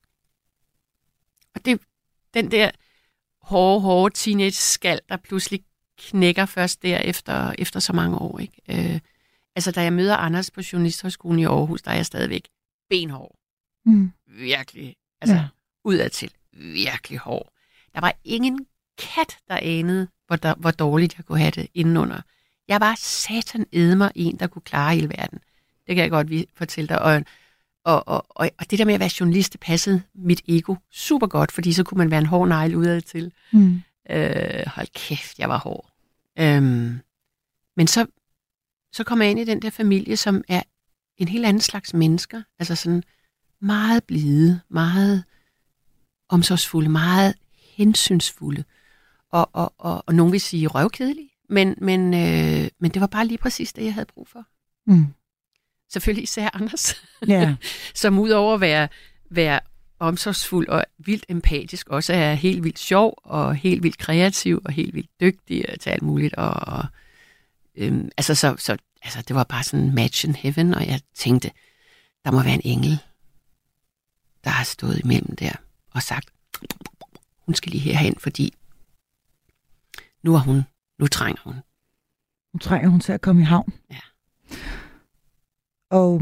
Og det den der hårde, hårde teenage-skal, der pludselig knækker først der efter, efter så mange år. Ikke? Øh, altså, da jeg møder Anders på Journalisthøjskolen i Aarhus, der er jeg stadigvæk benhård. Mm. Virkelig. Altså, ja. Udadtil. Virkelig hård. Der var ingen kat, der anede, hvor, der, hvor dårligt jeg kunne have det indenunder. Jeg var satan æde mig en, der kunne klare hele verden. Det kan jeg godt fortælle dig. Og, og, og, og, og det der med at være journalist, det passede mit ego super godt, fordi så kunne man være en hård negl udad til. Mm. Øh, hold kæft, jeg var hård. Øhm, men så, så kom jeg ind i den der familie, som er en helt anden slags mennesker. Altså sådan meget blide, meget omsorgsfulde, meget hensynsfulde. Og, og, og, og nogen vil sige røvkedelige, men, men, øh, men det var bare lige præcis det, jeg havde brug for. Mm. Selvfølgelig især Anders, yeah. som udover at være, være omsorgsfuld og vildt empatisk, også er helt vildt sjov og helt vildt kreativ og helt vildt dygtig til alt muligt. Og, og, øhm, altså, så, så, altså, det var bare sådan en match in heaven, og jeg tænkte, der må være en engel, der har stået imellem der og sagt, hun skal lige herhen, fordi nu er hun, nu trænger hun. Nu trænger hun til at komme i havn. Ja. Og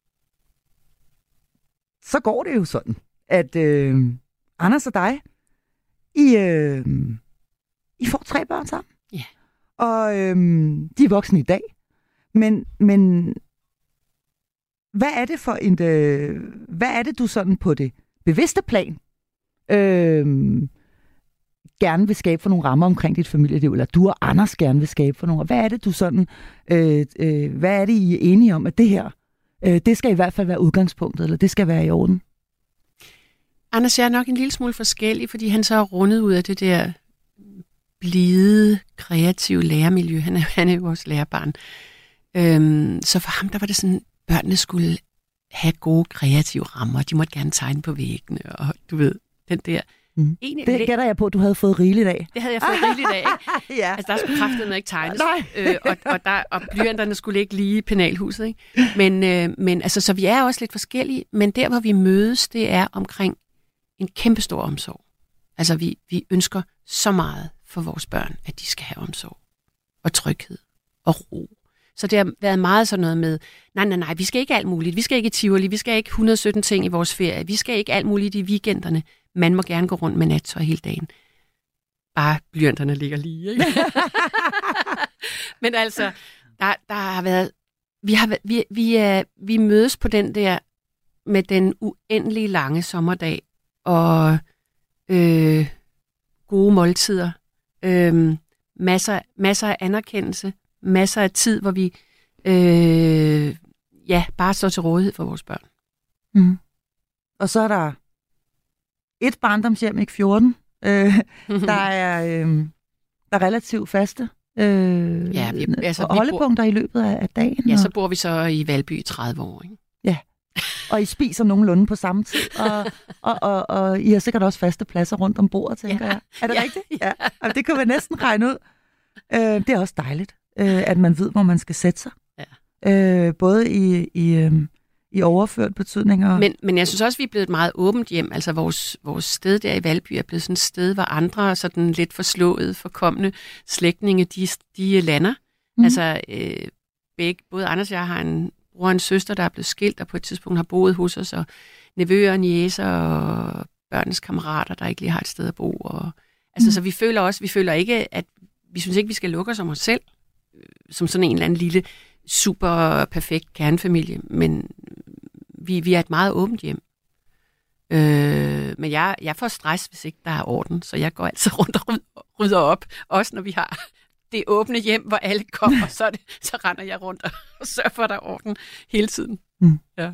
så går det jo sådan, at øh, Anders og dig, I, øh, I får tre børn sammen. Ja. Og øh, de er voksne i dag. Men, men hvad er det for en, øh, hvad er det du sådan på det, bevidste plan øh, gerne vil skabe for nogle rammer omkring dit familieliv, eller du og Anders gerne vil skabe for nogle. Hvad er det, du sådan, øh, øh, hvad er det, I er enige om, at det her, øh, det skal i hvert fald være udgangspunktet, eller det skal være i orden? Anders, jeg er nok en lille smule forskellig, fordi han så er rundet ud af det der blide, kreative lærermiljø. Han er, han er jo vores lærerbarn. Øhm, så for ham, der var det sådan, børnene skulle have gode kreative rammer. De måtte gerne tegne på væggene, og du ved, den der... Mm. Egentlig, det gætter jeg på, at du havde fået rigeligt af. Det havde jeg fået rigeligt af, ikke? Ja. Altså, der skulle kraftedeme ikke tegnes. øh, og, og, der, og blyanterne skulle ikke lige i penalhuset, ikke? Men, øh, men altså, så vi er også lidt forskellige, men der, hvor vi mødes, det er omkring en kæmpestor omsorg. Altså, vi, vi ønsker så meget for vores børn, at de skal have omsorg og tryghed og ro. Så det har været meget sådan noget med, nej, nej, nej, vi skal ikke alt muligt. Vi skal ikke i Tivoli, vi skal ikke et hundrede og sytten ting i vores ferie. Vi skal ikke alt muligt i weekenderne. Man må gerne gå rundt med nattøj hele dagen. Bare blyanterne ligger lige, ikke? Men altså, der, der har været... Vi, har, vi, vi, er, vi mødes på den der med den uendelig lange sommerdag og øh, gode måltider. Øh, masser, masser af anerkendelse. Masser af tid, hvor vi øh, ja, bare står til rådighed for vores børn. Mm. Og så er der et barndomshjem, ikke fjorten. Øh, der, er, øh, der er relativt faste øh, ja, vi, altså, holdepunkter bor, i løbet af, af dagen. Ja, og... så bor vi så i Valby i tredive år. Ikke? Ja, og I spiser nogenlunde på samme tid, og, og, og, og I har sikkert også faste pladser rundt om bordet, tænker ja. jeg. Er det ja. rigtigt? Ja. ja. Det kan vi næsten regne ud. Øh, det er også dejligt, øh, at man ved, hvor man skal sætte sig. Ja. Øh, både i... i øh, i overført betydning. Og... Men, men jeg synes også, vi er blevet et meget åbent hjem. Altså vores, vores sted der i Valby er blevet sådan et sted, hvor andre sådan lidt forslået, forkomne slægtninge, de, de lander. Mm. Altså øh, begge, både Anders og jeg har en bror og en søster, der er blevet skilt, og på et tidspunkt har boet hos os, og nevøer og niecer og børnenes kammerater, der ikke lige har et sted at bo. Og, altså, mm. Så vi føler også, vi føler ikke, at vi synes ikke, vi skal lukke os om os selv, som sådan en eller anden lille super perfekt kernefamilie, men vi, vi er et meget åbent hjem. Øh, men jeg, jeg får stress, hvis ikke der er orden, så jeg går altid rundt og rydder op, også når vi har det åbne hjem, hvor alle kommer, så, det, så render jeg rundt og sørger for, at der er orden hele tiden. Mm. Ja.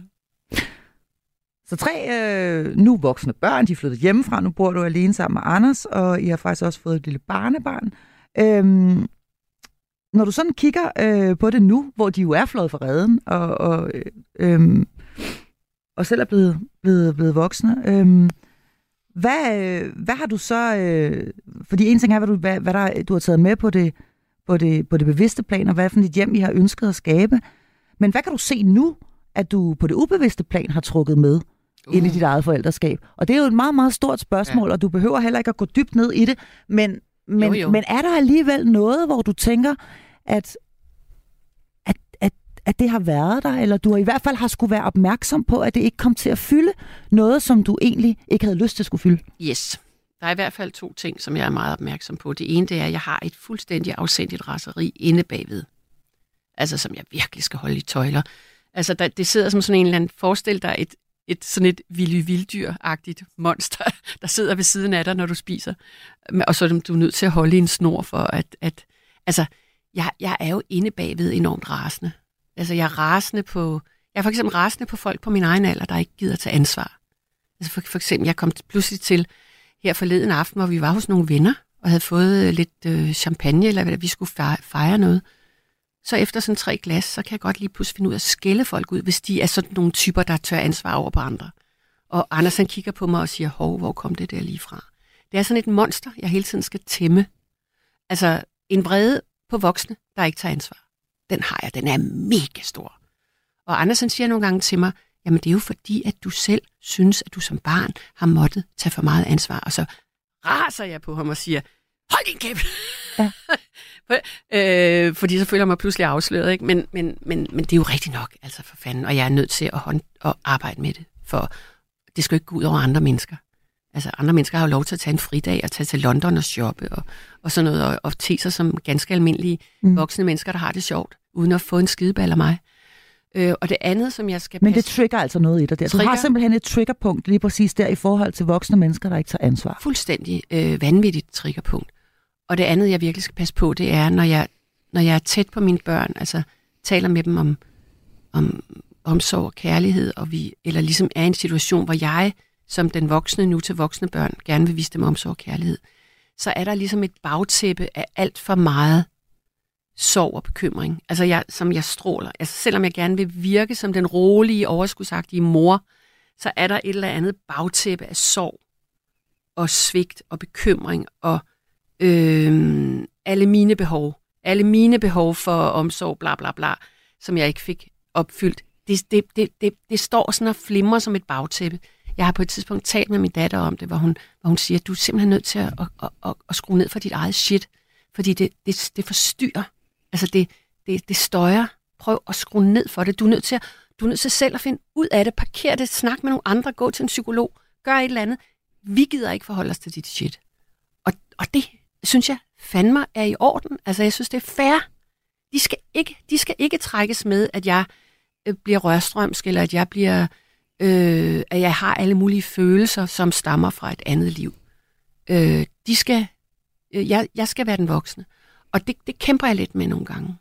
Så tre øh, nu voksne børn, de er flyttet hjemmefra, nu bor du alene sammen med Anders, og I har faktisk også fået et lille barnebarn. Øhm, Når du sådan kigger øh, på det nu, hvor de jo er fløjet fra reden, og, og, øh, og selv er blevet, blevet, blevet voksne, øh, hvad, øh, hvad har du så... Øh, fordi en ting er, hvad, du, hvad, hvad der, du har taget med på det, på, det, på det bevidste plan, og hvad for et hjem, I har ønsket at skabe. Men hvad kan du se nu, at du på det ubevidste plan har trukket med uh. ind i dit eget forældreskab? Og det er jo et meget, meget stort spørgsmål, ja. Og du behøver heller ikke at gå dybt ned i det, men... Men, jo, jo. men er der alligevel noget, hvor du tænker, at, at, at, at det har været der, eller du i hvert fald har skulle være opmærksom på, at det ikke kom til at fylde noget, som du egentlig ikke havde lyst til at skulle fylde? Yes. Der er i hvert fald to ting, som jeg er meget opmærksom på. Det ene, det er, at jeg har et fuldstændig afsindigt raseri inde bagved. Altså, som jeg virkelig skal holde i tøjler. Altså, der, det sidder som sådan en eller anden, forestil dig et, et sådan et vilde vilddyr-agtigt monster, der sidder ved siden af dig, når du spiser. Og så er du nødt til at holde en snor for, at... at altså, jeg, jeg er jo inde bagved enormt rasende. Altså, jeg er rasende på... Jeg er for eksempel rasende på folk på min egen alder, der ikke gider tage ansvar. Altså, for, for eksempel, jeg kom pludselig til her forleden aften, hvor vi var hos nogle venner, og havde fået lidt øh, champagne, eller hvad vi skulle fejre, fejre noget. Så efter sådan tre glas, så kan jeg godt lige pludselig finde ud af at skælde folk ud, hvis de er sådan nogle typer, der tør ansvar over på andre. Og Anders, han kigger på mig og siger, hov, hvor kom det der lige fra? Det er sådan et monster, jeg hele tiden skal tæmme. Altså, en vrede på voksne, der ikke tager ansvar. Den har jeg, den er mega stor. Og Anders, han siger nogle gange til mig, jamen det er jo fordi, at du selv synes, at du som barn har måttet tage for meget ansvar. Og så raser jeg på ham og siger, hold din kæft! Ja. øh, fordi så føler jeg mig pludselig afsløret, ikke? Men, men, men, men det er jo rigtigt nok, altså for fanden. Og jeg er nødt til at, hånd- at arbejde med det, for det skal jo ikke gå ud over andre mennesker. Altså andre mennesker har jo lov til at tage en fridag og tage til London og shoppe og, og sådan noget, og, og te sig som ganske almindelige mm. voksne mennesker, der har det sjovt, uden at få en skideball af mig. Øh, og det andet, som jeg skal Men passe... det trigger altså noget i dig der. Du Trigger? har simpelthen et triggerpunkt lige præcis der i forhold til voksne mennesker, der ikke tager ansvar. Fuldstændig øh, vanvittigt triggerpunkt. Og det andet, jeg virkelig skal passe på, det er, når jeg, når jeg er tæt på mine børn, altså taler med dem om, om omsorg og kærlighed, og vi, eller ligesom er i en situation, hvor jeg, som den voksne nu til voksne børn, gerne vil vise dem omsorg og kærlighed, så er der ligesom et bagtæppe af alt for meget sorg og bekymring, altså jeg, som jeg stråler. Altså selvom jeg gerne vil virke som den rolige, overskudsagtige mor, så er der et eller andet bagtæppe af sorg og svigt og bekymring og øh, alle mine behov. Alle mine behov for omsorg, bla bla bla, som jeg ikke fik opfyldt. Det, det, det, det, det står sådan og flimrer som et bagtæppe. Jeg har på et tidspunkt talt med min datter om det, hvor hun, hvor hun siger, at du er simpelthen nødt til at, at, at, at, at skrue ned for dit eget shit, fordi det, det, det forstyrrer. Altså det, det, det støjer. Prøv at skrue ned for det. Du er nødt til at, du er nødt til selv at finde ud af det. Parker det, snak med nogle andre, gå til en psykolog, gør et eller andet. Vi gider ikke forholde os til dit shit. Og, og det synes jeg fandme er i orden. Altså jeg synes, det er fair. De skal ikke, de skal ikke trækkes med, at jeg øh, bliver rørstrømsk, eller at jeg bliver, øh, at jeg har alle mulige følelser, som stammer fra et andet liv. Øh, de skal, øh, jeg, jeg skal være den voksne. Og det, det kæmper jeg lidt med nogle gange.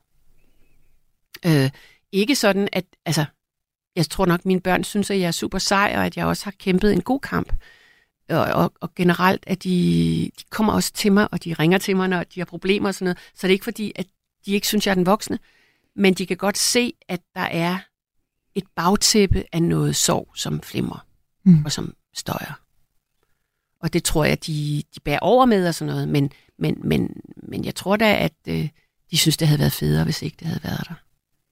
Øh, ikke sådan, at, altså, jeg tror nok, mine børn synes, at jeg er super sej, og at jeg også har kæmpet en god kamp. Og, og, og generelt, at de, de kommer også til mig, og de ringer til mig, når de har problemer og sådan noget. Så det er ikke fordi, at de ikke synes, jeg er den voksne, men de kan godt se, at der er et bagtæppe af noget sorg, som flimrer, mm. og som støjer. Og det tror jeg, de, de bærer over med og sådan noget, men, men, men, men jeg tror da, at øh, de synes, det havde været federe, hvis ikke det havde været der.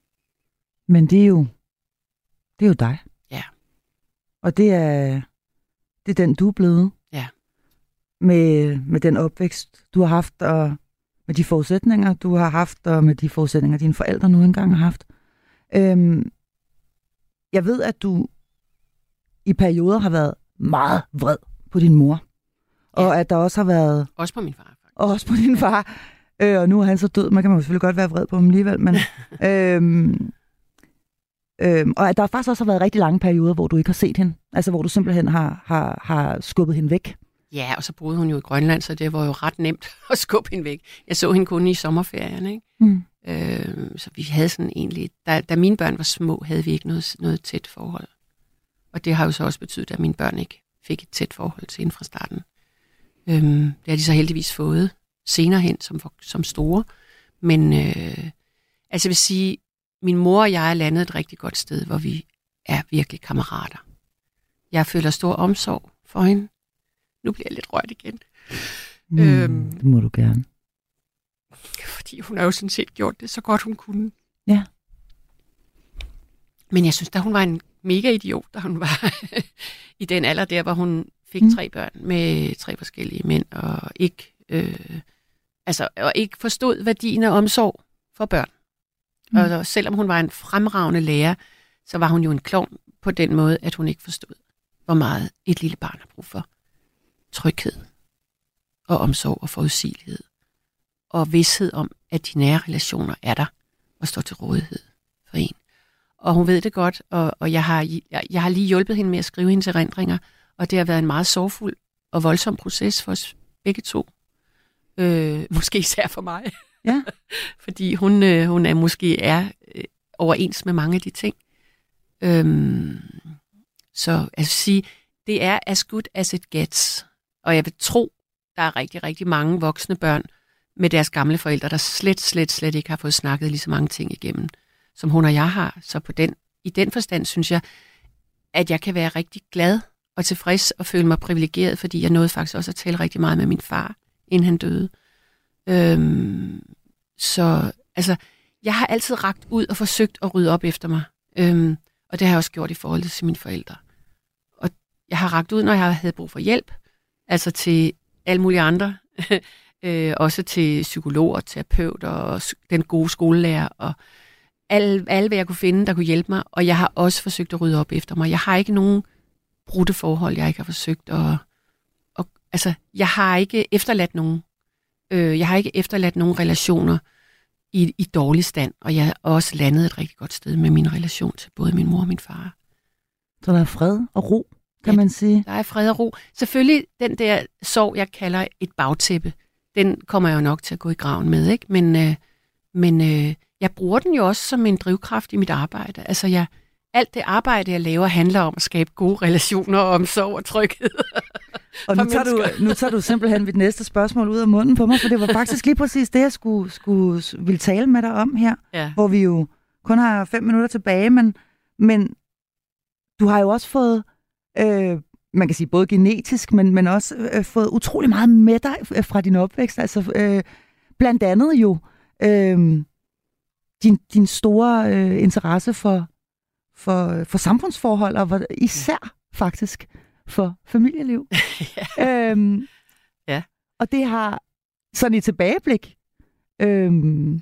Men det er jo, det er jo dig. Ja. Og det er, det er den, du er blevet. Ja. Med, med den opvækst, du har haft, og med de forudsætninger, du har haft, og med de forudsætninger, dine forældre nu engang har haft. Øhm, jeg ved, at du i perioder har været meget vred på din mor. Ja. Og at der også har været... Også på min far. Faktisk. Og også på din far. Øh, og nu er han så død. Man kan jo selvfølgelig godt være vred på ham alligevel. Men, øhm, øhm, og at der faktisk også har været rigtig lange perioder, hvor du ikke har set hende. Altså hvor du simpelthen har, har, har skubbet hende væk. Ja, og så boede hun jo i Grønland, så det var jo ret nemt at skubbe hende væk. Jeg så hende kun i sommerferien, ikke? Mm. Øh, så vi havde sådan egentlig... Da, da mine børn var små, havde vi ikke noget, noget tæt forhold. Og det har jo så også betydet, at mine børn ikke fik et tæt forhold til hende fra starten. Øhm, det har de så heldigvis fået senere hen som, som store. Men øh, altså jeg vil sige, min mor og jeg er landet et rigtig godt sted, hvor vi er virkelig kammerater. Jeg føler stor omsorg for hende. Nu bliver jeg lidt rørt igen. Mm, øhm, det må du gerne. Fordi hun har jo sådan set gjort det så godt, hun kunne. Ja. Men jeg synes, da hun var en mega idiot, da hun var i den alder der, hvor hun fik mm. tre børn med tre forskellige mænd, og ikke, øh, altså, og ikke forstod værdien af omsorg for børn. Mm. Og selvom hun var en fremragende lærer, så var hun jo en klovn på den måde, at hun ikke forstod, hvor meget et lille barn har brug for. Tryghed og omsorg og forudsigelighed. Og vidsthed om, at de nære relationer er der og står til rådighed for en. Og hun ved det godt, og, og jeg, har, jeg, jeg har lige hjulpet hende med at skrive hendes erindringer, og det har været en meget sorgfuld og voldsom proces for os begge to. Øh, måske især for mig. Ja. Fordi hun, øh, hun er måske er øh, overens med mange af de ting. Øhm, så altså sige, det er as good as it gets. Og jeg vil tro, der er rigtig, rigtig mange voksne børn med deres gamle forældre, der slet, slet, slet ikke har fået snakket lige så mange ting igennem, som hun og jeg har. Så på den, i den forstand synes jeg, at jeg kan være rigtig glad og tilfreds og føle mig privilegeret, fordi jeg nåede faktisk også at tale rigtig meget med min far, inden han døde. Øhm, så altså, jeg har altid rakt ud og forsøgt at rydde op efter mig. Øhm, og det har jeg også gjort i forhold til mine forældre. Og jeg har rakt ud, når jeg havde brug for hjælp, altså til alle mulige andre, øh, også til psykologer, terapeuter og den gode skolelærer og alle, alle, hvad jeg kunne finde, der kunne hjælpe mig. Og jeg har også forsøgt at rydde op efter mig. Jeg har ikke nogen brudte forhold, jeg ikke har forsøgt at... Og, altså, jeg har ikke efterladt nogen. Øh, jeg har ikke efterladt nogen relationer, i, i dårlig stand, og jeg er også landet et rigtig godt sted med min relation til både min mor og min far. Så der er fred og ro, kan ja, man sige. Der er fred og ro. Selvfølgelig den der sorg, jeg kalder et bagtæppe, den kommer jeg jo nok til at gå i graven med, ikke? Men, øh, men øh, jeg bruger den jo også som en drivkraft i mit arbejde. Altså jeg, alt det arbejde, jeg laver, handler om at skabe gode relationer og omsorg og tryghed. Og nu tager, du, nu tager du simpelthen mit næste spørgsmål ud af munden på mig, for det var faktisk lige præcis det, jeg skulle, skulle ville tale med dig om her, ja. Hvor vi jo kun har fem minutter tilbage, men, men du har jo også fået, øh, man kan sige både genetisk, men, men også øh, fået utrolig meget med dig fra din opvækst. Altså øh, blandt andet jo øh, din, din store øh, interesse for, for, for samfundsforhold, og især faktisk for familieliv. ja. Øhm, ja. Og det har sådan i tilbageblik øhm,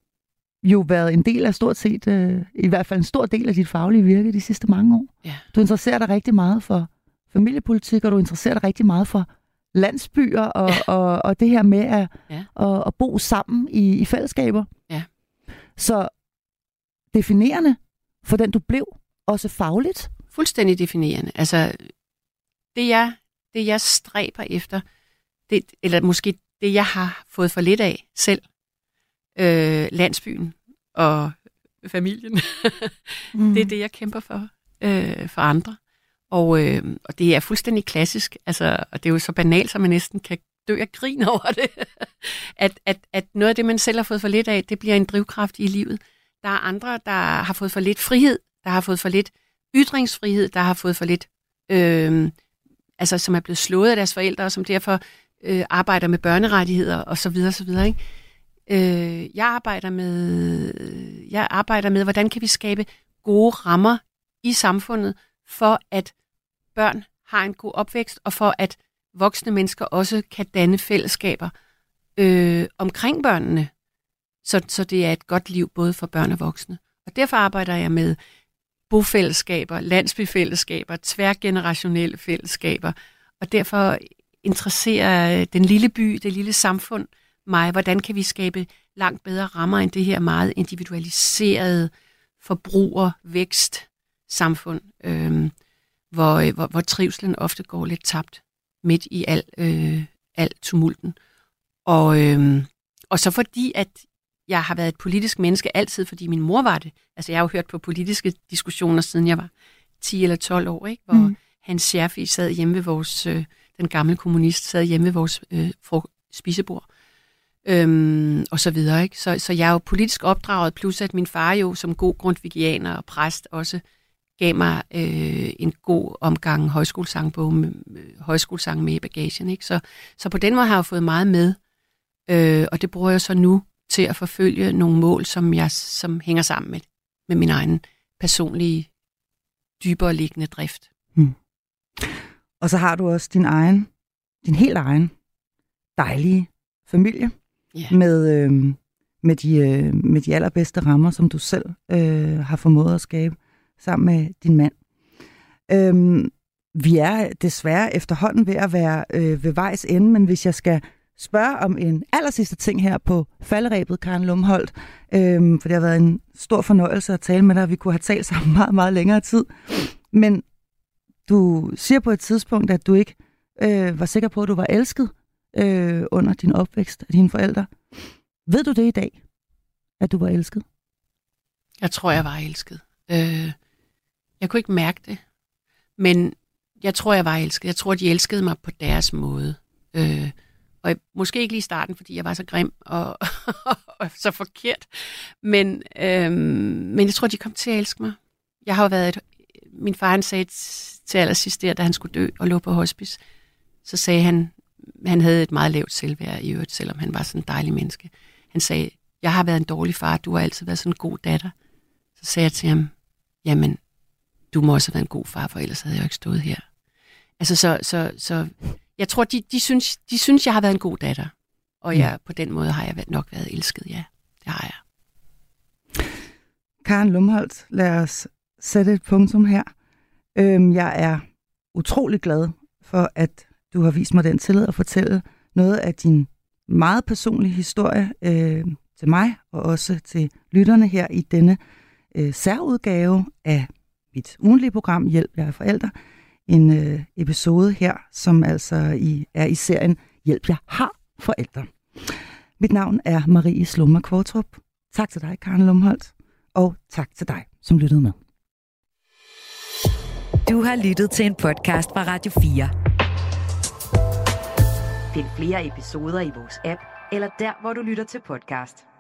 jo været en del af stort set, øh, i hvert fald en stor del af dit faglige virke de sidste mange år. Ja. Du interesserer dig rigtig meget for familiepolitik, og du interesserer dig rigtig meget for landsbyer og, ja. og, og det her med at, ja. at, at bo sammen i, i fællesskaber. Ja. Så definerende for den, du blev, også fagligt. Fuldstændig definerende. Altså, det jeg, det jeg stræber efter, det, eller måske det, jeg har fået for lidt af selv, øh, landsbyen og familien, mm. det er det, jeg kæmper for, øh, for andre. Og, øh, og det er fuldstændig klassisk, altså, og det er jo så banalt, så man næsten kan dø af grin over det, at, at, at noget af det, man selv har fået for lidt af, det bliver en drivkraft i livet. Der er andre, der har fået for lidt frihed, der har fået for lidt ytringsfrihed, der har fået for lidt, øh, altså som er blevet slået af deres forældre, og som derfor øh, arbejder med børnerettigheder og så videre, så videre, ikke? Øh, jeg arbejder med, jeg arbejder med, hvordan kan vi skabe gode rammer i samfundet, for at børn har en god opvækst, og for at voksne mennesker også kan danne fællesskaber øh, omkring børnene, så, så det er et godt liv både for børn og voksne. Og derfor arbejder jeg med bofællesskaber, landsbyfællesskaber, tværgenerationelle fællesskaber, og derfor interesserer den lille by, det lille samfund mig, hvordan kan vi skabe langt bedre rammer end det her meget individualiserede forbruger-vækst samfund, øh, hvor, hvor, hvor trivselen ofte går lidt tabt midt i al, øh, al tumulten. Og, øh, og så fordi, at jeg har været et politisk menneske altid, fordi min mor var det. Altså jeg har jo hørt på politiske diskussioner, siden jeg var ti eller tolv år, ikke? Hvor mm. Hans Scherfig sad hjemme ved vores, øh, den gamle kommunist, sad hjemme ved vores øh, spisebord. Øhm, og så videre, ikke? Så, så jeg er jo politisk opdraget, plus at min far jo som god grundtvigianer og præst også gav mig øh, en god omgang højskolesangbog, med, øh, højskolesang med i bagagen, ikke? Så, så på den måde har jeg fået meget med, øh, og det bruger jeg så nu til at forfølge nogle mål, som jeg som hænger sammen med, med min egen personlige, dybere liggende drift. Hmm. Og så har du også din egen, din helt egen dejlige familie, yeah. med, øh, med, de, øh, med de allerbedste rammer, som du selv øh, har formået at skabe sammen med din mand. Øhm, vi er desværre efterhånden ved at være øh, ved vejs ende, men hvis jeg skal spørge om en allersidste ting her på falderebet, Karen Lumholt, øhm, for det har været en stor fornøjelse at tale med dig, og vi kunne have talt sammen meget, meget længere tid. Men du siger på et tidspunkt, at du ikke øh, var sikker på, at du var elsket øh, under din opvækst af dine forældre. Ved du det i dag, at du var elsket? Jeg tror, jeg var elsket. Øh, jeg kunne ikke mærke det, men jeg tror, jeg var elsket. Jeg tror, de elskede mig på deres måde. Øh, og måske ikke lige i starten, fordi jeg var så grim og, og så forkert. Men, øh, men jeg tror, de kom til at elske mig. Jeg har jo været et, min far han sagde til allersidst der, da han skulle dø og lå på hospice, så sagde han, han havde et meget lavt selvværd i øvrigt, selvom han var sådan en dejlig menneske. Han sagde, jeg har været en dårlig far, du har altid været sådan en god datter. Så sagde jeg til ham, jamen, du må også have været en god far, for ellers havde jeg jo ikke stået her. Altså, så, så, så jeg tror, de, de, synes, de synes, jeg har været en god datter. Og jeg, på den måde har jeg nok været elsket, ja. Det har jeg. Karen Lumholt, lad os sætte et punktum her. Øhm, jeg er utrolig glad for, at du har vist mig den tillid at fortælle noget af din meget personlige historie øh, til mig og også til lytterne her i denne øh, særudgave af mit ugentlige program Hjælp, jeg er forælder. En øh, episode her, som altså i, er i serien Hjælp, jeg har forældre. Mit navn er Marie Sloma Kvartrup. Tak til dig, Karen Lumholdt, og tak til dig, som lyttede med. Du har lyttet til en podcast fra Radio fire. Find flere episoder i vores app, eller der, hvor du lytter til podcast.